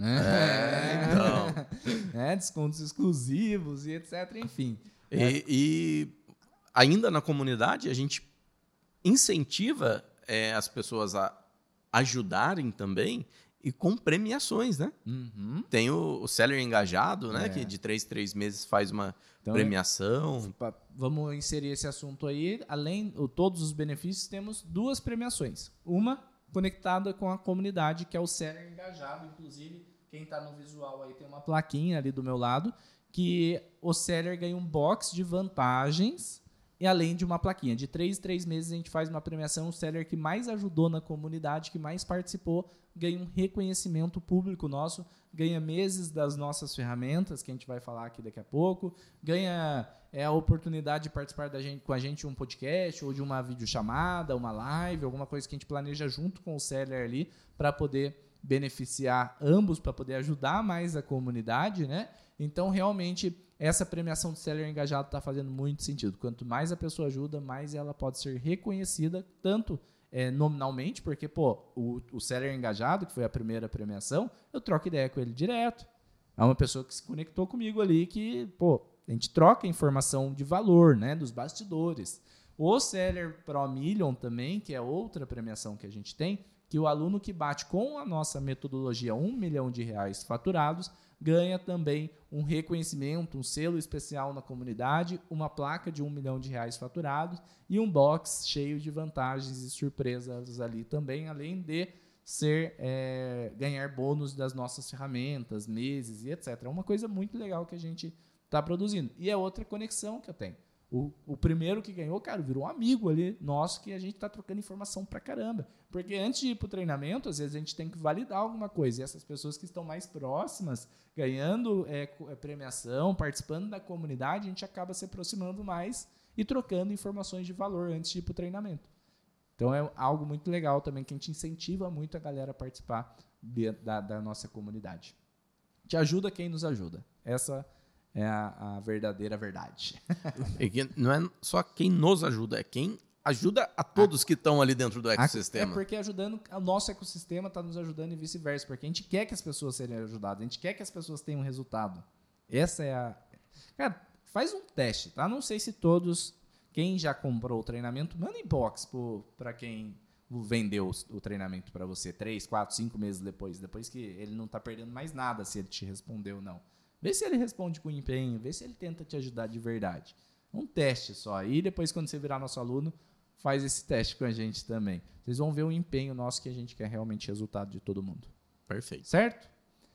É, então. É, descontos exclusivos e etcétera. Enfim. E, é. e ainda na comunidade, a gente incentiva é, as pessoas a ajudarem também e com premiações, né? Uhum. Tem o, o Seller Engajado, né? É. Que de três, três meses faz uma então, premiação. É, vamos inserir esse assunto aí. Além de todos os benefícios, temos duas premiações. Uma conectada com a comunidade, que é o Seller Engajado. Inclusive, quem está no visual aí tem uma plaquinha ali do meu lado, que o Seller ganha um box de vantagens E além de uma plaquinha. De três em três meses a gente faz uma premiação. O seller que mais ajudou na comunidade, que mais participou, ganha um reconhecimento público nosso, ganha meses das nossas ferramentas, que a gente vai falar aqui daqui a pouco, ganha é, a oportunidade de participar da gente, com a gente de um podcast ou de uma videochamada, uma live, alguma coisa que a gente planeja junto com o seller ali para poder beneficiar ambos, para poder ajudar mais a comunidade, né? Então, realmente, essa premiação de seller engajado está fazendo muito sentido. Quanto mais a pessoa ajuda, mais ela pode ser reconhecida, tanto é, nominalmente, porque pô, o, o seller engajado, que foi a primeira premiação, eu troco ideia com ele direto. É uma pessoa que se conectou comigo ali, que pô, a gente troca informação de valor, né, dos bastidores. O Seller Pro Million também, que é outra premiação que a gente tem, que o aluno que bate com a nossa metodologia um milhão de reais faturados, ganha também um reconhecimento, um selo especial na comunidade, uma placa de um milhão de reais faturados e um box cheio de vantagens e surpresas ali também, além de ser é, ganhar bônus das nossas ferramentas, meses e etcétera. É uma coisa muito legal que a gente está produzindo. E é outra conexão que eu tenho. O, o primeiro que ganhou, cara, virou um amigo ali nosso, que a gente está trocando informação pra caramba. Porque antes de ir pro treinamento, às vezes a gente tem que validar alguma coisa. E essas pessoas que estão mais próximas, ganhando é, premiação, participando da comunidade, a gente acaba se aproximando mais e trocando informações de valor antes de ir pro treinamento. Então é algo muito legal também, que a gente incentiva muito a galera a participar de, da, da nossa comunidade. Te ajuda quem nos ajuda. Essa é a, a verdadeira verdade. É que não é só quem nos ajuda, é quem ajuda a todos que estão ali dentro do ecossistema. É porque ajudando, o nosso ecossistema está nos ajudando e vice-versa, porque a gente quer que as pessoas sejam ajudadas, a gente quer que as pessoas tenham um resultado. Essa é a... Cara, faz um teste, tá? Não sei se todos, quem já comprou o treinamento, manda inbox para quem vendeu o treinamento para você três, quatro, cinco meses depois, depois que ele não está perdendo mais nada se ele te respondeu ou não. Vê se ele responde com empenho, vê se ele tenta te ajudar de verdade. Um teste só. E depois, quando você virar nosso aluno, faz esse teste com a gente também. Vocês vão ver o empenho nosso, que a gente quer realmente resultado de todo mundo. Perfeito. Certo?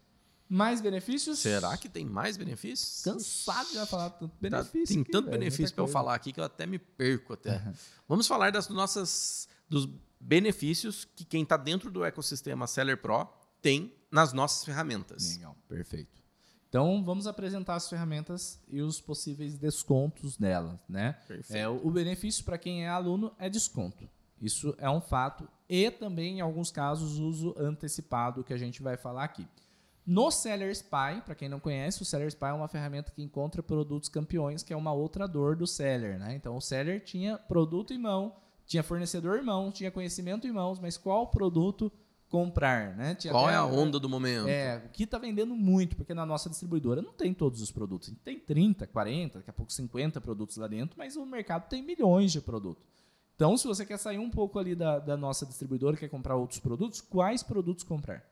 Mais benefícios? Será que tem mais benefícios? Cansado de já falar tanto benefício. Tá, tem aqui, tanto velho, benefício para eu falar aqui que eu até me perco até. Uhum. Vamos falar das nossas, dos benefícios que quem está dentro do ecossistema Seller Pro tem nas nossas ferramentas. Legal, perfeito. Então, vamos apresentar as ferramentas e os possíveis descontos nelas, né? É, o benefício para quem é aluno é desconto. Isso é um fato. E também, em alguns casos, uso antecipado, que a gente vai falar aqui. No Seller Spy, para quem não conhece, o Seller Spy é uma ferramenta que encontra produtos campeões, que é uma outra dor do Seller, né? Então, o Seller tinha produto em mão, tinha fornecedor em mãos, tinha conhecimento em mãos, mas qual produto comprar, né? Tinha Qual até, é a onda do momento? É, o que está vendendo muito, porque na nossa distribuidora não tem todos os produtos. A gente tem trinta, quarenta, daqui a pouco cinquenta produtos lá dentro, mas o mercado tem milhões de produtos. Então, se você quer sair um pouco ali da, da nossa distribuidora, quer comprar outros produtos, quais produtos comprar?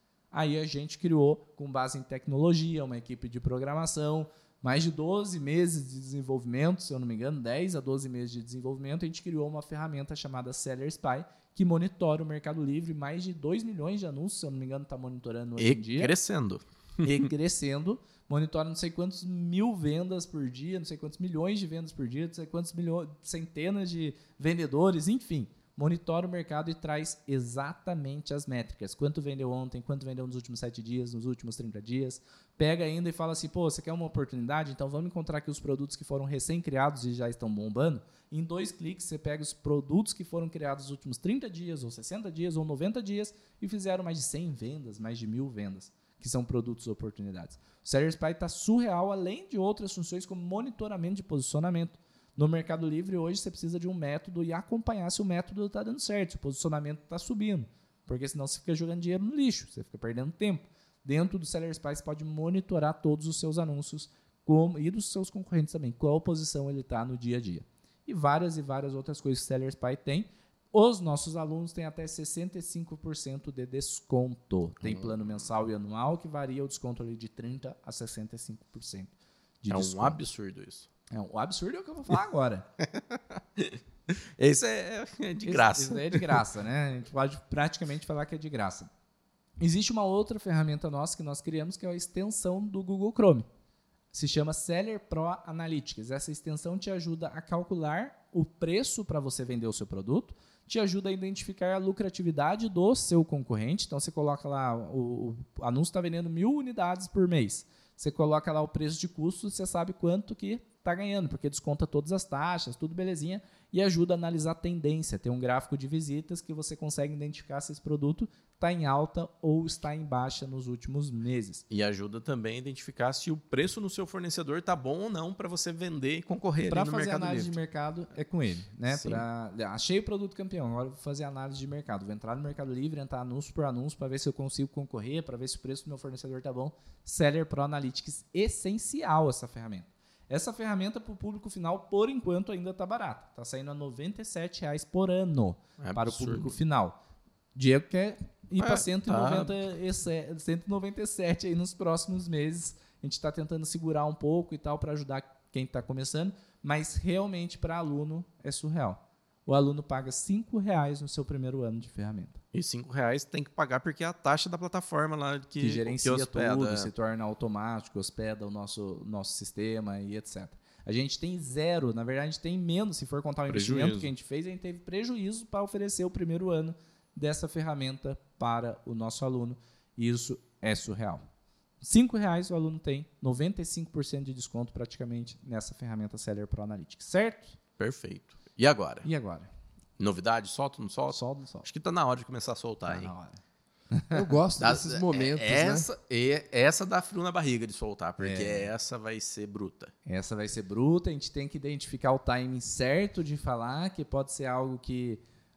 Aí a gente criou, com base em tecnologia, uma equipe de programação, mais de doze meses de desenvolvimento, se eu não me engano, dez a doze meses de desenvolvimento, a gente criou uma ferramenta chamada Seller Spy, que monitora o Mercado Livre, mais de dois milhões de anúncios, se eu não me engano, está monitorando hoje e em dia. Crescendo. E crescendo. Monitora não sei quantos mil vendas por dia, não sei quantos milhões de vendas por dia, não sei quantos milhões, centenas de vendedores, enfim. Monitora o mercado e traz exatamente as métricas. Quanto vendeu ontem, quanto vendeu nos últimos sete dias, nos últimos trinta dias. Pega ainda e fala assim, pô, você quer uma oportunidade? Então vamos encontrar aqui os produtos que foram recém-criados e já estão bombando. Em dois cliques você pega os produtos que foram criados nos últimos trinta dias, ou sessenta dias, ou noventa dias e fizeram mais de cem vendas, mais de mil vendas, que são produtos oportunidades. O Seller Spy está surreal, além de outras funções como monitoramento de posicionamento. No Mercado Livre, hoje, você precisa de um método e acompanhar se o método está dando certo, se o posicionamento está subindo. Porque senão você fica jogando dinheiro no lixo, você fica perdendo tempo. Dentro do Seller Spy, você pode monitorar todos os seus anúncios como, e dos seus concorrentes também, qual posição ele está no dia a dia. E várias e várias outras coisas que o Seller Spy tem. Os nossos alunos têm até sessenta e cinco por cento de desconto. Tem plano mensal e anual que varia o desconto ali de trinta por cento a sessenta e cinco por cento de é desconto. um absurdo isso. É um absurdo é o que eu vou falar agora. Esse é, é de graça. Isso, isso é de graça, né? A gente pode praticamente falar que é de graça. Existe uma outra ferramenta nossa que nós criamos, que é a extensão do Google Chrome. se chama Seller Pro Analytics. Essa extensão te ajuda a calcular o preço para você vender o seu produto, te ajuda a identificar a lucratividade do seu concorrente. Então, você coloca lá, o, o anúncio está vendendo mil unidades por mês. Você coloca lá o preço de custo, você sabe quanto que está ganhando, porque desconta todas as taxas, tudo belezinha, e ajuda a analisar a tendência. Tem um gráfico de visitas que você consegue identificar se esse produto está em alta ou está em baixa nos últimos meses. E ajuda também a identificar se o preço no seu fornecedor está bom ou não para você vender e concorrer Pra ali no fazer Mercado análise Livre. de mercado é com ele, né? Sim. Pra, achei o produto campeão, agora vou fazer análise de mercado. Vou entrar no Mercado Livre, entrar anúncio por anúncio para ver se eu consigo concorrer, para ver se o preço do meu fornecedor está bom. Seller Pro Analytics, essencial essa ferramenta. Essa ferramenta para o público final, por enquanto, ainda está barata. Está saindo a noventa e sete reais por ano É para absurdo. o público final. Diego quer ir É, para cento e noventa tá. e sete, cento e noventa e sete aí nos próximos meses. A gente está tentando segurar um pouco e tal para ajudar quem está começando, mas realmente para aluno é surreal. O aluno paga cinco reais no seu primeiro ano de ferramenta. E cinco reais tem que pagar porque é a taxa da plataforma lá que, Que gerencia que hospeda. tudo, se torna automático, hospeda o nosso, nosso sistema e etcétera. A gente tem zero, na verdade a gente tem menos, se for contar o investimento Prejuízo. que a gente fez, a gente teve prejuízo para oferecer o primeiro ano dessa ferramenta para o nosso aluno. E isso é surreal. cinco reais o aluno tem noventa e cinco por cento de desconto praticamente nessa ferramenta Seller Pro Analytics, certo? Perfeito. E agora? E agora? Novidade? Solta ou não solta? Solta, solta. Acho que tá na hora de começar a soltar, Tá hein? na hora. Eu gosto Da- desses momentos, é- né? essa, é, essa dá frio na barriga de soltar, porque É. essa vai ser bruta. Essa vai ser bruta, a gente tem que identificar o timing certo de falar, que pode ser algo que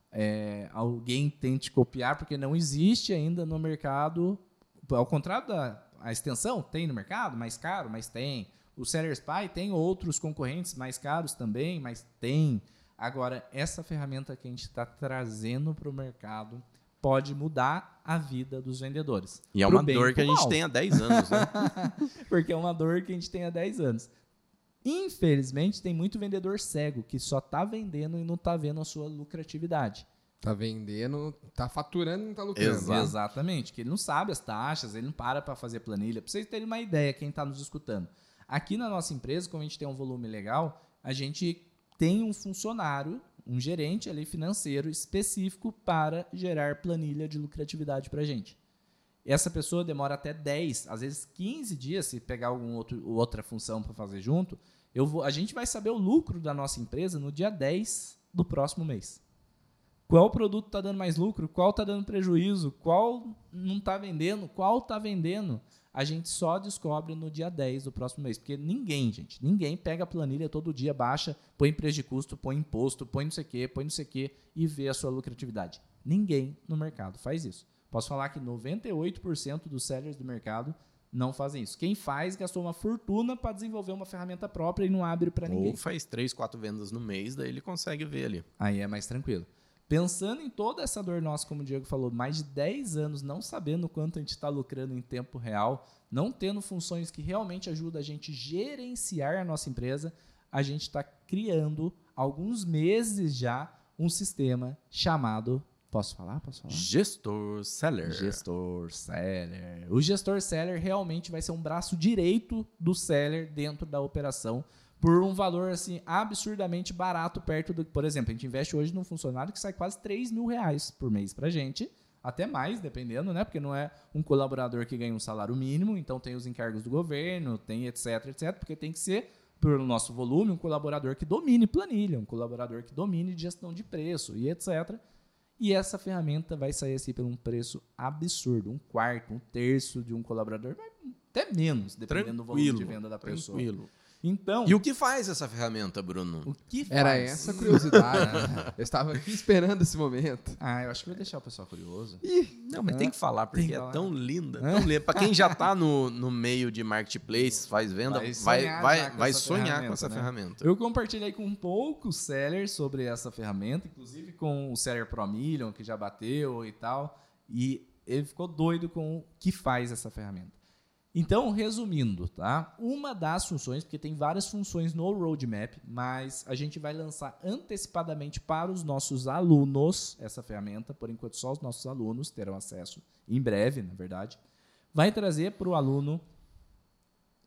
é, alguém tente copiar, porque não existe ainda no mercado. Ao contrário da a extensão, tem no mercado, mais caro, mas tem. O Seller Spy tem outros concorrentes mais caros também, mas tem. Agora, essa ferramenta que a gente está trazendo para o mercado pode mudar a vida dos vendedores. E é Pro uma bem e dor que a pro gente mal. tem há dez anos, né? Porque é uma dor que a gente tem há dez anos. Infelizmente, tem muito vendedor cego que só está vendendo e não está vendo a sua lucratividade. Tá vendendo, tá faturando e não tá lucrando. Exato. Exatamente, que ele não sabe as taxas, ele não para para fazer planilha. Para vocês terem uma ideia, quem está nos escutando. Aqui na nossa empresa, como a gente tem um volume legal, a gente tem um funcionário, um gerente ali financeiro específico para gerar planilha de lucratividade para a gente. Essa pessoa demora até dez, às vezes quinze dias, se pegar alguma outro, outra função para fazer junto, eu vou, a gente vai saber o lucro da nossa empresa no dia dez do próximo mês. Qual produto está dando mais lucro? Qual está dando prejuízo? Qual não está vendendo? Qual está vendendo? A gente só descobre no dia dez do próximo mês. Porque ninguém, gente, ninguém pega a planilha todo dia, baixa, põe preço de custo, põe imposto, põe não sei o quê, põe não sei o quê e vê a sua lucratividade. Ninguém no mercado faz isso. Posso falar que noventa e oito por cento dos sellers do mercado não fazem isso. Quem faz gastou uma fortuna para desenvolver uma ferramenta própria e não abre para ninguém. Ou faz três, quatro vendas no mês, daí ele consegue ver ali. Aí é mais tranquilo. Pensando em toda essa dor nossa, como o Diego falou, mais de dez anos não sabendo quanto a gente está lucrando em tempo real, não tendo funções que realmente ajudam a gente a gerenciar a nossa empresa, a gente está criando, há alguns meses já, um sistema chamado... Posso falar? Posso falar? Gestor Seller. Gestor Seller. O Gestor Seller realmente vai ser um braço direito do Seller dentro da operação, por um valor assim absurdamente barato, perto do... Por exemplo, a gente investe hoje num funcionário que sai quase três mil reais por mês pra gente, até mais, dependendo, né? Porque não é um colaborador que ganha um salário mínimo, então tem os encargos do governo, tem etc, etc, porque tem que ser, pelo nosso volume, um colaborador que domine planilha, um colaborador que domine gestão de preço e etcétera. E essa ferramenta vai sair assim por um preço absurdo, um quarto, um terço de um colaborador, até menos, dependendo do volume de venda da pessoa. Tranquilo. Então, E o que faz essa ferramenta, Bruno? o que Era faz? essa a curiosidade. Eu estava aqui esperando esse momento. Ah, eu acho que vai deixar o pessoal curioso. Não, mas tem que falar, porque Tem que é falar. tão linda. Tão linda. Pra quem já tá no, no meio de marketplace, faz venda, Vai vai, sonhar vai, já com vai essa sonhar ferramenta, com essa né? ferramenta. Eu compartilhei com poucos sellers sobre essa ferramenta, inclusive com o Seller Pro Million, que já bateu e tal, e ele ficou doido com o que faz essa ferramenta. Então, resumindo, tá? Uma das funções, porque tem várias funções no roadmap, mas a gente vai lançar antecipadamente para os nossos alunos essa ferramenta, por enquanto só os nossos alunos terão acesso, em breve, na verdade. Vai trazer para o aluno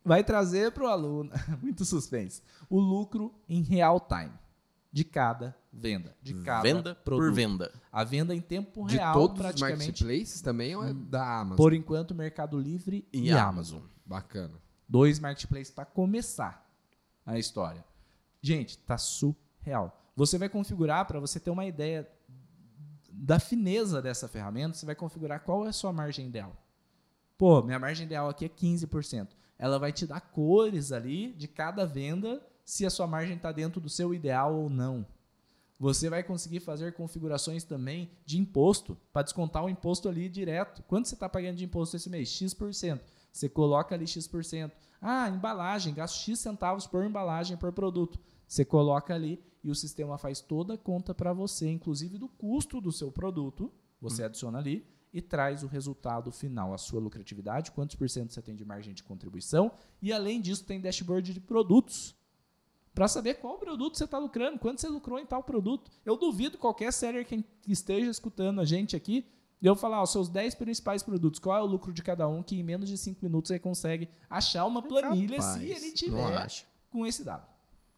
vai trazer para o aluno, muito suspense, o lucro em real time de cada venda, de cada venda produto. por venda. A venda em tempo De real, todos os praticamente. marketplaces também ou é da Amazon? Por enquanto, Mercado Livre e, E Amazon. Bacana. Dois marketplaces para começar a história. Gente, tá surreal. Você vai configurar, para você ter uma ideia da fineza dessa ferramenta, você vai configurar qual é a sua margem ideal. Pô, minha margem ideal aqui é quinze por cento. Ela vai te dar cores ali de cada venda, se a sua margem está dentro do seu ideal ou não. Você vai conseguir fazer configurações também de imposto, para descontar o imposto ali direto. Quanto você está pagando de imposto esse mês? X por cento. Você coloca ali X por cento. Ah, embalagem, gasto X centavos por embalagem, por produto. Você coloca ali e o sistema faz toda a conta para você, inclusive do custo do seu produto. Você hum. adiciona ali e traz o resultado final, a sua lucratividade, quantos por cento você tem de margem de contribuição. E, além disso, tem dashboard de produtos, para saber qual produto você está lucrando, quanto você lucrou em tal produto. Eu duvido qualquer seller que esteja escutando a gente aqui, e eu falar, os seus dez principais produtos, qual é o lucro de cada um, que em menos de cinco minutos você consegue achar uma planilha, Capaz, se ele tiver com esse dado.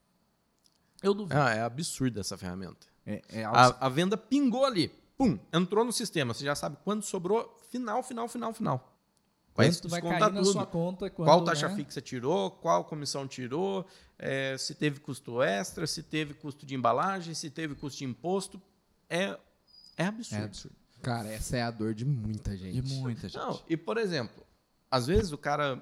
Eu duvido. Ah, é absurdo essa ferramenta. É, é algo... a, a venda pingou ali, pum, entrou no sistema. Você já sabe quanto sobrou, final, final, final, final. Quanto vai cair na sua conta. Quando, qual taxa né? fixa tirou, qual comissão tirou, é, se teve custo extra, se teve custo de embalagem, se teve custo de imposto. É, é absurdo. É absurdo. Cara, essa é a dor de muita gente. De muita gente. Não, e, por exemplo, às vezes o cara,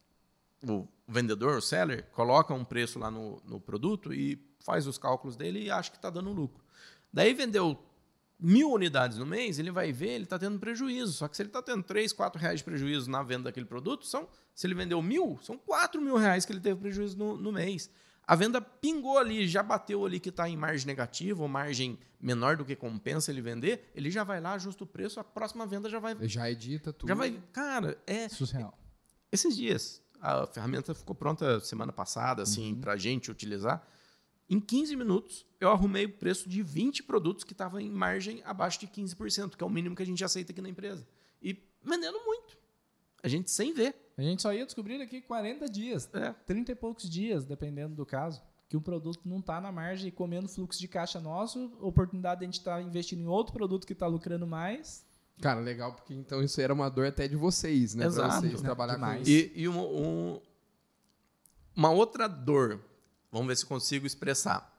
o vendedor, o seller, coloca um preço lá no, no produto e faz os cálculos dele e acha que está dando lucro. Daí vendeu mil unidades no mês, ele vai ver, ele está tendo prejuízo. Só que se ele está tendo três, quatro reais de prejuízo na venda daquele produto, são, se ele vendeu mil, são quatro mil reais que ele teve prejuízo no, no mês. A venda pingou ali, já bateu ali que está em margem negativa ou margem menor do que compensa ele vender, ele já vai lá, ajusta o preço, a próxima venda já vai... Já edita tudo. Já vai... Cara, é... Surreal. Esses dias, a ferramenta ficou pronta semana passada, assim, uhum. para a gente utilizar. Em quinze minutos, eu arrumei o preço de vinte produtos que estavam em margem abaixo de quinze por cento, que é o mínimo que a gente aceita aqui na empresa. E vendendo muito. A gente sem ver. A gente só ia descobrir daqui quarenta dias, é. trinta e poucos dias, dependendo do caso, que o produto não está na margem e comendo fluxo de caixa nosso, oportunidade de a gente estar tá investindo em outro produto que está lucrando mais. Cara, legal, porque então isso era uma dor até de vocês, né? Exato. Pra vocês Não, trabalhar demais. com isso. E, e um, um, uma outra dor, vamos ver se consigo expressar.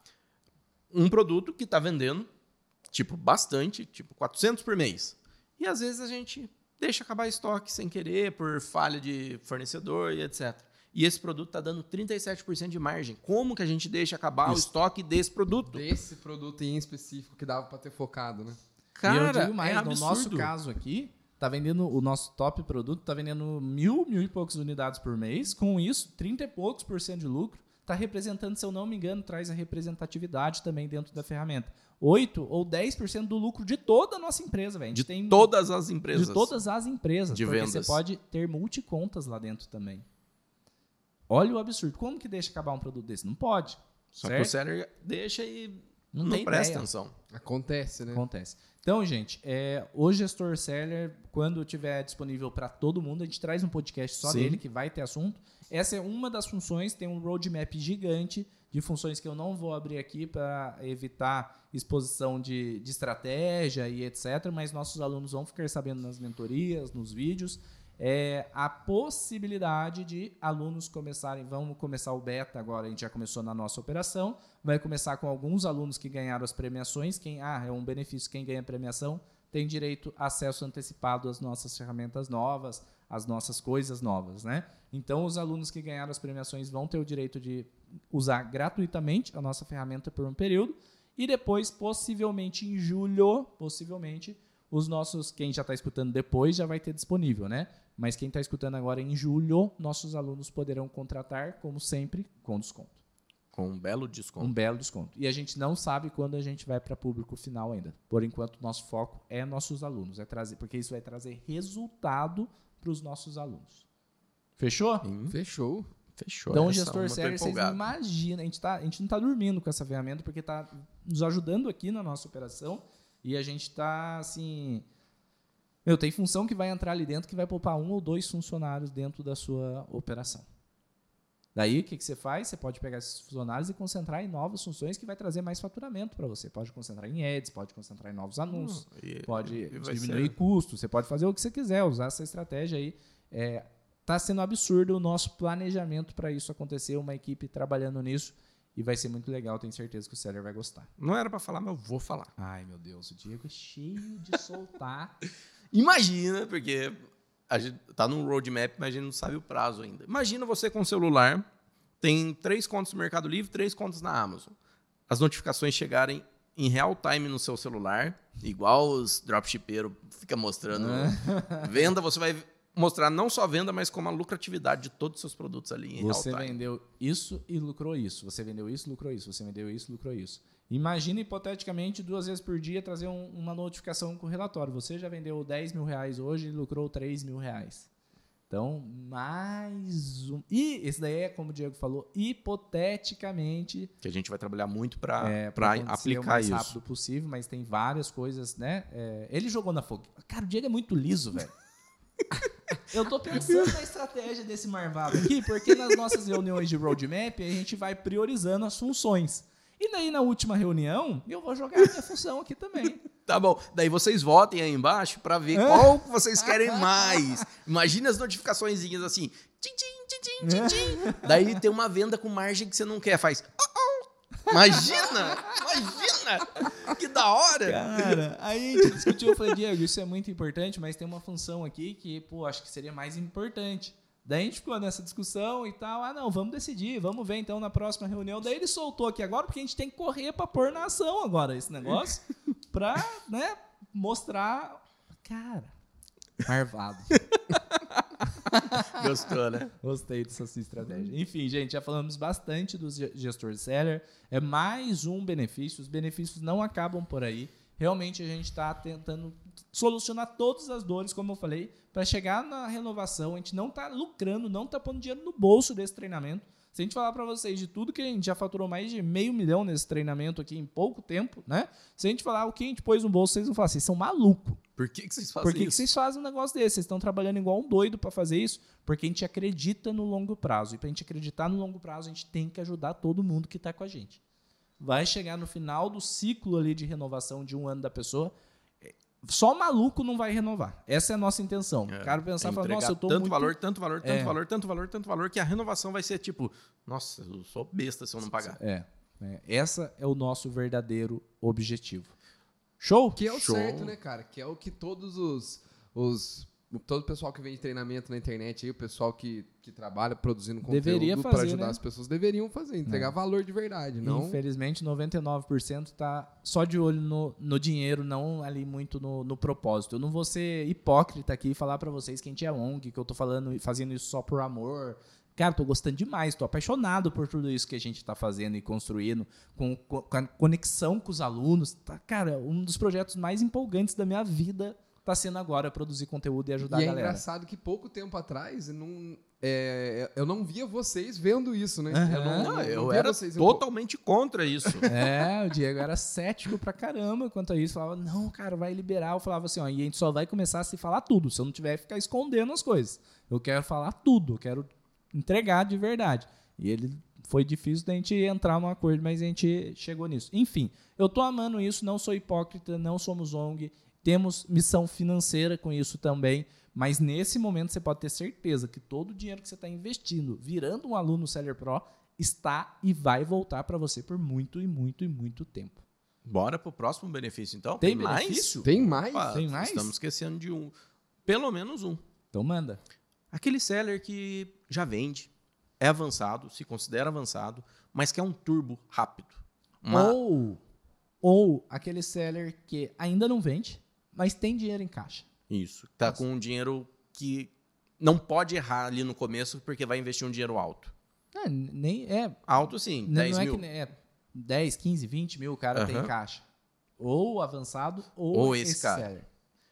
Um produto que está vendendo, tipo, bastante, tipo, quatrocentos por mês. E às vezes a gente deixa acabar estoque sem querer, por falha de fornecedor e etcétera. E esse produto está dando trinta e sete por cento de margem. Como que a gente deixa acabar Isso. o estoque desse produto? Desse produto em específico que dava para ter focado, né? Cara, e eu digo mais, é no nosso caso aqui, tá vendendo o nosso top produto, tá vendendo mil, mil e poucas unidades por mês. Com isso, trinta e poucos por cento de lucro. Está representando, se eu não me engano, traz a representatividade também dentro da ferramenta. oito ou dez por cento do lucro de toda a nossa empresa, velho. De tem todas as empresas. De todas as empresas. De porque vendas. Você pode ter multicontas lá dentro também. Olha o absurdo. Como que deixa acabar um produto desse? Não pode. Só certo? que o seller deixa e não, não tem presta ideia. atenção. Acontece, né? Acontece. Então, gente, é, o gestor seller, quando estiver disponível para todo mundo, a gente traz um podcast só Sim. dele, que vai ter assunto. Essa é uma das funções, tem um roadmap gigante de funções que eu não vou abrir aqui para evitar exposição de, de estratégia e etcétera, mas nossos alunos vão ficar sabendo nas mentorias, nos vídeos, é, a possibilidade de alunos começarem, vamos começar o beta agora, a gente já começou na nossa operação, vai começar com alguns alunos que ganharam as premiações, quem, ah, é um benefício, quem ganha premiação tem direito a acesso antecipado às nossas ferramentas novas, às nossas coisas novas, né? Então, os alunos que ganharam as premiações vão ter o direito de usar gratuitamente a nossa ferramenta por um período e depois, possivelmente em julho, possivelmente, os nossos, quem já está escutando depois já vai ter disponível, né? Mas quem está escutando agora em julho, nossos alunos poderão contratar, como sempre, com desconto. Com um belo desconto. Um belo desconto. E a gente não sabe quando a gente vai para público final ainda. Por enquanto, nosso foco é nossos alunos, é trazer, porque isso vai trazer resultado para os nossos alunos. Fechou? Hum, Fechou. Fechou. Então, o Essa gestor uma, tô sério, vocês empolgado. imaginam, a gente, tá, a gente não está dormindo com essa ferramenta, porque está nos ajudando aqui na nossa operação e a gente está, assim... Meu, tem função que vai entrar ali dentro que vai poupar um ou dois funcionários dentro da sua operação. Daí, o que, que você faz? Você pode pegar esses funcionários e concentrar em novas funções que vai trazer mais faturamento para você. Pode concentrar em ads, pode concentrar em novos anúncios, Hum, e- pode e vai diminuir ser- custos, você pode fazer o que você quiser, usar essa estratégia aí. É, tá sendo absurdo o nosso planejamento para isso acontecer, uma equipe trabalhando nisso, e vai ser muito legal, tenho certeza que o seller vai gostar. Não era pra falar, mas eu vou falar. Ai, meu Deus, o Diego é cheio de soltar. Imagina, porque a gente tá num roadmap, mas a gente não sabe o prazo ainda. Imagina você com o celular, tem três contas no Mercado Livre, três contas na Amazon. As notificações chegarem em real time no seu celular, igual os dropshippeiros ficam mostrando venda, você vai mostrar não só a venda, mas como a lucratividade de todos os seus produtos ali em Você real time. vendeu isso e lucrou isso. Você vendeu isso, lucrou isso. Você vendeu isso, lucrou isso. Imagina, hipoteticamente, duas vezes por dia trazer um- uma notificação com o relatório. Você já vendeu dez mil reais hoje e lucrou três mil reais. Então, mais um... E esse daí é, como o Diego falou, hipoteticamente, Que a gente vai trabalhar muito para é, pra acontecer o aplicar mais isso. rápido possível, mas tem várias coisas, né? É, ele jogou na fogueira. Cara, o Diego é muito liso, velho. Eu tô pensando na estratégia desse marvado aqui, porque nas nossas reuniões de roadmap a gente vai priorizando as funções. E daí na última reunião eu vou jogar a minha função aqui também. Tá bom, daí vocês votem aí embaixo para ver qual que vocês querem mais. Imagina as notificaçõezinhas assim. Tchim, tchim, tchim, tchim, tchim, tchim. Daí tem uma venda com margem que você não quer, faz. Oh, oh. Imagina! Imagina! Que da hora! Cara, aí a gente discutiu, eu falei, Diego, isso é muito importante, mas tem uma função aqui que, pô, acho que seria mais importante. Daí a gente ficou nessa discussão e tal. Ah, não, vamos decidir, vamos ver então na próxima reunião. Daí ele soltou aqui agora, porque a gente tem que correr pra pôr na ação agora esse negócio, pra, né, mostrar. Cara, marvado. Gostou, né? Gostei dessa sua estratégia. Enfim, gente, já falamos bastante dos ge- gestores seller. É mais um benefício. Os benefícios não acabam por aí. Realmente a gente está tentando solucionar todas as dores, como eu falei, para chegar na renovação. A gente não está lucrando, não está pondo dinheiro no bolso desse treinamento. Se a gente falar para vocês de tudo que a gente já faturou mais de meio milhão nesse treinamento aqui em pouco tempo, né? Se a gente falar o que a gente pôs no bolso, vocês vão falar, vocês são malucos. Por que, que vocês fazem Por que, que isso? vocês fazem um negócio desse? Vocês estão trabalhando igual um doido para fazer isso? Porque a gente acredita no longo prazo. E para a gente acreditar no longo prazo, a gente tem que ajudar todo mundo que está com a gente. Vai chegar no final do ciclo ali de renovação de um ano da pessoa, só maluco não vai renovar. Essa é a nossa intenção. É, o cara pensar é e falar, entregar nossa, eu tô tanto muito... valor, tanto valor, tanto É. valor, tanto valor, tanto valor, que a renovação vai ser tipo, nossa, eu sou besta se eu não pagar. É, é. Essa é o nosso verdadeiro objetivo. Show? Que é o Show. certo, né, cara? Que é o que todos os, os todo o pessoal que vende treinamento na internet aí, o pessoal que, que trabalha produzindo Deveria conteúdo para fazer, ajudar né? as pessoas deveriam fazer, entregar valor de verdade, não. Infelizmente, noventa e nove por cento está só de olho no, no dinheiro, não ali muito no, no propósito. Eu não vou ser hipócrita aqui e falar para vocês que a gente é O N G, que eu tô falando, fazendo isso só por amor. Cara, tô gostando demais, tô apaixonado por tudo isso que a gente tá fazendo e construindo, com, com a conexão com os alunos. Tá, cara, um dos projetos mais empolgantes da minha vida tá sendo agora produzir conteúdo e ajudar E a é galera. engraçado que pouco tempo atrás eu não, é, eu não via vocês vendo isso, né? Aham. Eu não, Não, não eu via era vocês totalmente contra isso. É, o Diego era cético pra caramba quanto a isso. Falava, não, cara, vai liberar. Eu falava assim, ó, e a gente só vai começar a se falar tudo. Se eu não tiver que ficar escondendo as coisas. Eu quero falar tudo, eu quero entregar de verdade. E ele foi difícil da gente entrar num acordo, mas a gente chegou nisso. Enfim, eu tô amando isso, não sou hipócrita, não somos O N G, temos missão financeira com isso também, mas nesse momento você pode ter certeza que todo o dinheiro que você está investindo, virando um aluno Seller Pro, está e vai voltar para você por muito e muito e muito tempo. Bora pro próximo benefício, então? Tem mais? benefício? Tem mais? Opa, Tem mais? Estamos esquecendo de um. Pelo menos um. Então manda. Aquele seller que já vende, é avançado, se considera avançado, mas quer um turbo rápido. Uma- Ou, ou aquele seller que ainda não vende, mas tem dinheiro em caixa. Isso. Tá com um dinheiro que não pode errar ali no começo porque vai investir um dinheiro alto. É, nem, é, Alto, sim, não, dez não é mil. que nem- é dez, quinze, vinte mil o cara tem em Aham. caixa. Ou avançado, ou, Ou esse esse cara. seller.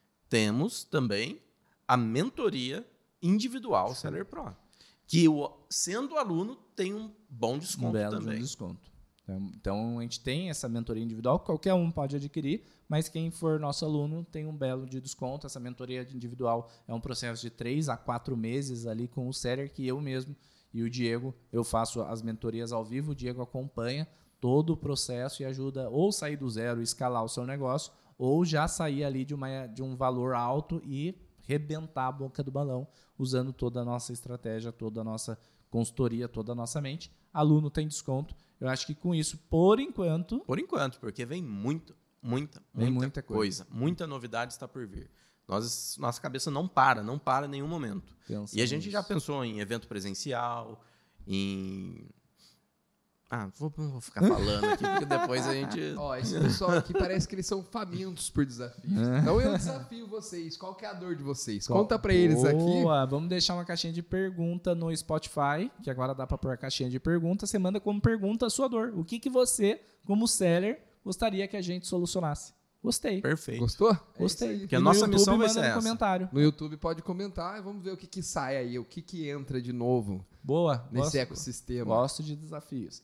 Temos também a mentoria individual Seller Pro. Que, o, sendo aluno, tem um bom desconto Um belo de um também. desconto. Então, então, a gente tem essa mentoria individual, que qualquer um pode adquirir, mas quem for nosso aluno tem um belo de desconto. Essa mentoria individual é um processo de três a quatro meses ali com o seller que eu mesmo E o Diego, eu faço as mentorias ao vivo, o Diego acompanha todo o processo e ajuda ou sair do zero e escalar o seu negócio, ou já sair ali de, uma, de um valor alto e rebentar a boca do balão, usando toda a nossa estratégia, toda a nossa consultoria, toda a nossa mente. Aluno tem desconto. Eu acho que com isso, por enquanto... Por enquanto, porque vem muito, muita, Vem muita, muita coisa. coisa. Muita novidade está por vir. Nós, nossa cabeça não para, não para em nenhum momento. Pensando E a gente já nisso. pensou em evento presencial, em... Ah, vou, não vou ficar falando aqui, porque depois a gente... Ó, esse pessoal aqui parece que eles são famintos por desafios. Então eu desafio vocês. Qual que é a dor de vocês? Conta pra eles aqui. Boa, vamos deixar uma caixinha de pergunta no Spotify, que agora dá para pôr a caixinha de pergunta. Você manda como pergunta a sua dor. O que, que você, como seller, gostaria que a gente solucionasse? Gostei. Perfeito. Gostou? Gostei. É isso aí. Porque a E no nossa YouTube, missão vai manda ser no essa. comentário. No YouTube pode comentar e vamos ver o que, que sai aí, o que, que entra de novo Boa. nesse gosto, ecossistema. Gosto de desafios.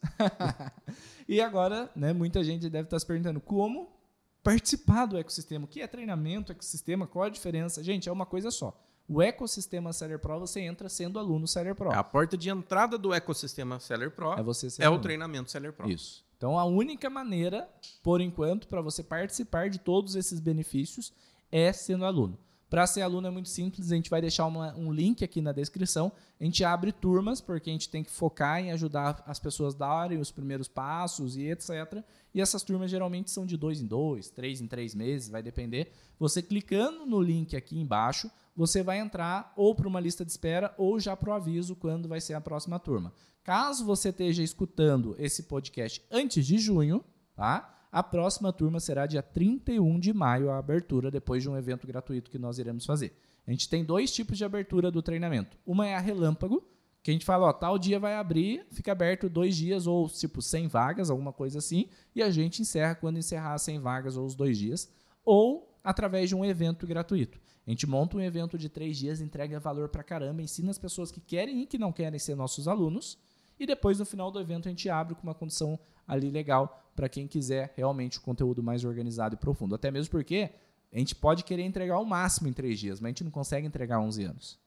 E agora, né, muita gente deve estar se perguntando como participar do ecossistema. O que é treinamento, ecossistema, qual a diferença? Gente, é uma coisa só. O ecossistema Seller Pro, você entra sendo aluno Seller Pro. A porta de entrada do ecossistema Seller Pro É você ser é o aluno. treinamento Seller Pro. Isso. Então, a única maneira, por enquanto, para você participar de todos esses benefícios é sendo aluno. Para ser aluno é muito simples, a gente vai deixar uma, um link aqui na descrição. A gente abre turmas, porque a gente tem que focar em ajudar as pessoas a darem os primeiros passos e etcétera. E essas turmas geralmente são de dois em dois, três em três meses, vai depender. Você clicando no link aqui embaixo, você vai entrar ou para uma lista de espera ou já para o aviso quando vai ser a próxima turma. Caso você esteja escutando esse podcast antes de junho, tá? A próxima turma será dia trinta e um de maio, a abertura, depois de um evento gratuito que nós iremos fazer. A gente tem dois tipos de abertura do treinamento. Uma é a relâmpago, que a gente fala, ó, tal dia vai abrir, fica aberto dois dias ou tipo cem vagas, alguma coisa assim, e a gente encerra quando encerrar as cem vagas ou os dois dias, ou através de um evento gratuito. A gente monta um evento de três dias, entrega valor pra caramba, ensina as pessoas que querem e que não querem ser nossos alunos, e depois, no final do evento, a gente abre com uma condição ali legal para quem quiser realmente o conteúdo mais organizado e profundo. Até mesmo porque a gente pode querer entregar o máximo em três dias, mas a gente não consegue entregar onze anos.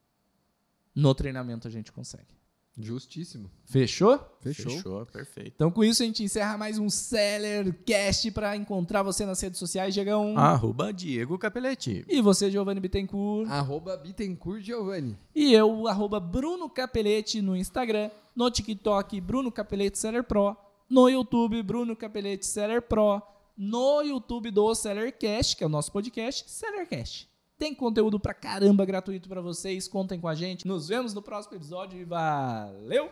No treinamento a gente consegue. Justíssimo. Fechou? Fechou. Fechou, perfeito. Então, com isso, a gente encerra mais um SellerCast para encontrar você nas redes sociais, Diegão. Arroba Diego Capelletti. E você, Giovanni Bittencourt. Arroba Bittencourt Giovanni. E eu, arroba Bruno Capelletti no Instagram, no TikTok, Bruno Capelletti Seller Pro, no YouTube, Bruno Capelletti Seller Pro, no YouTube do SellerCast, que é o nosso podcast, SellerCast. Tem conteúdo pra caramba gratuito pra vocês, contem com a gente. Nos vemos no próximo episódio e valeu!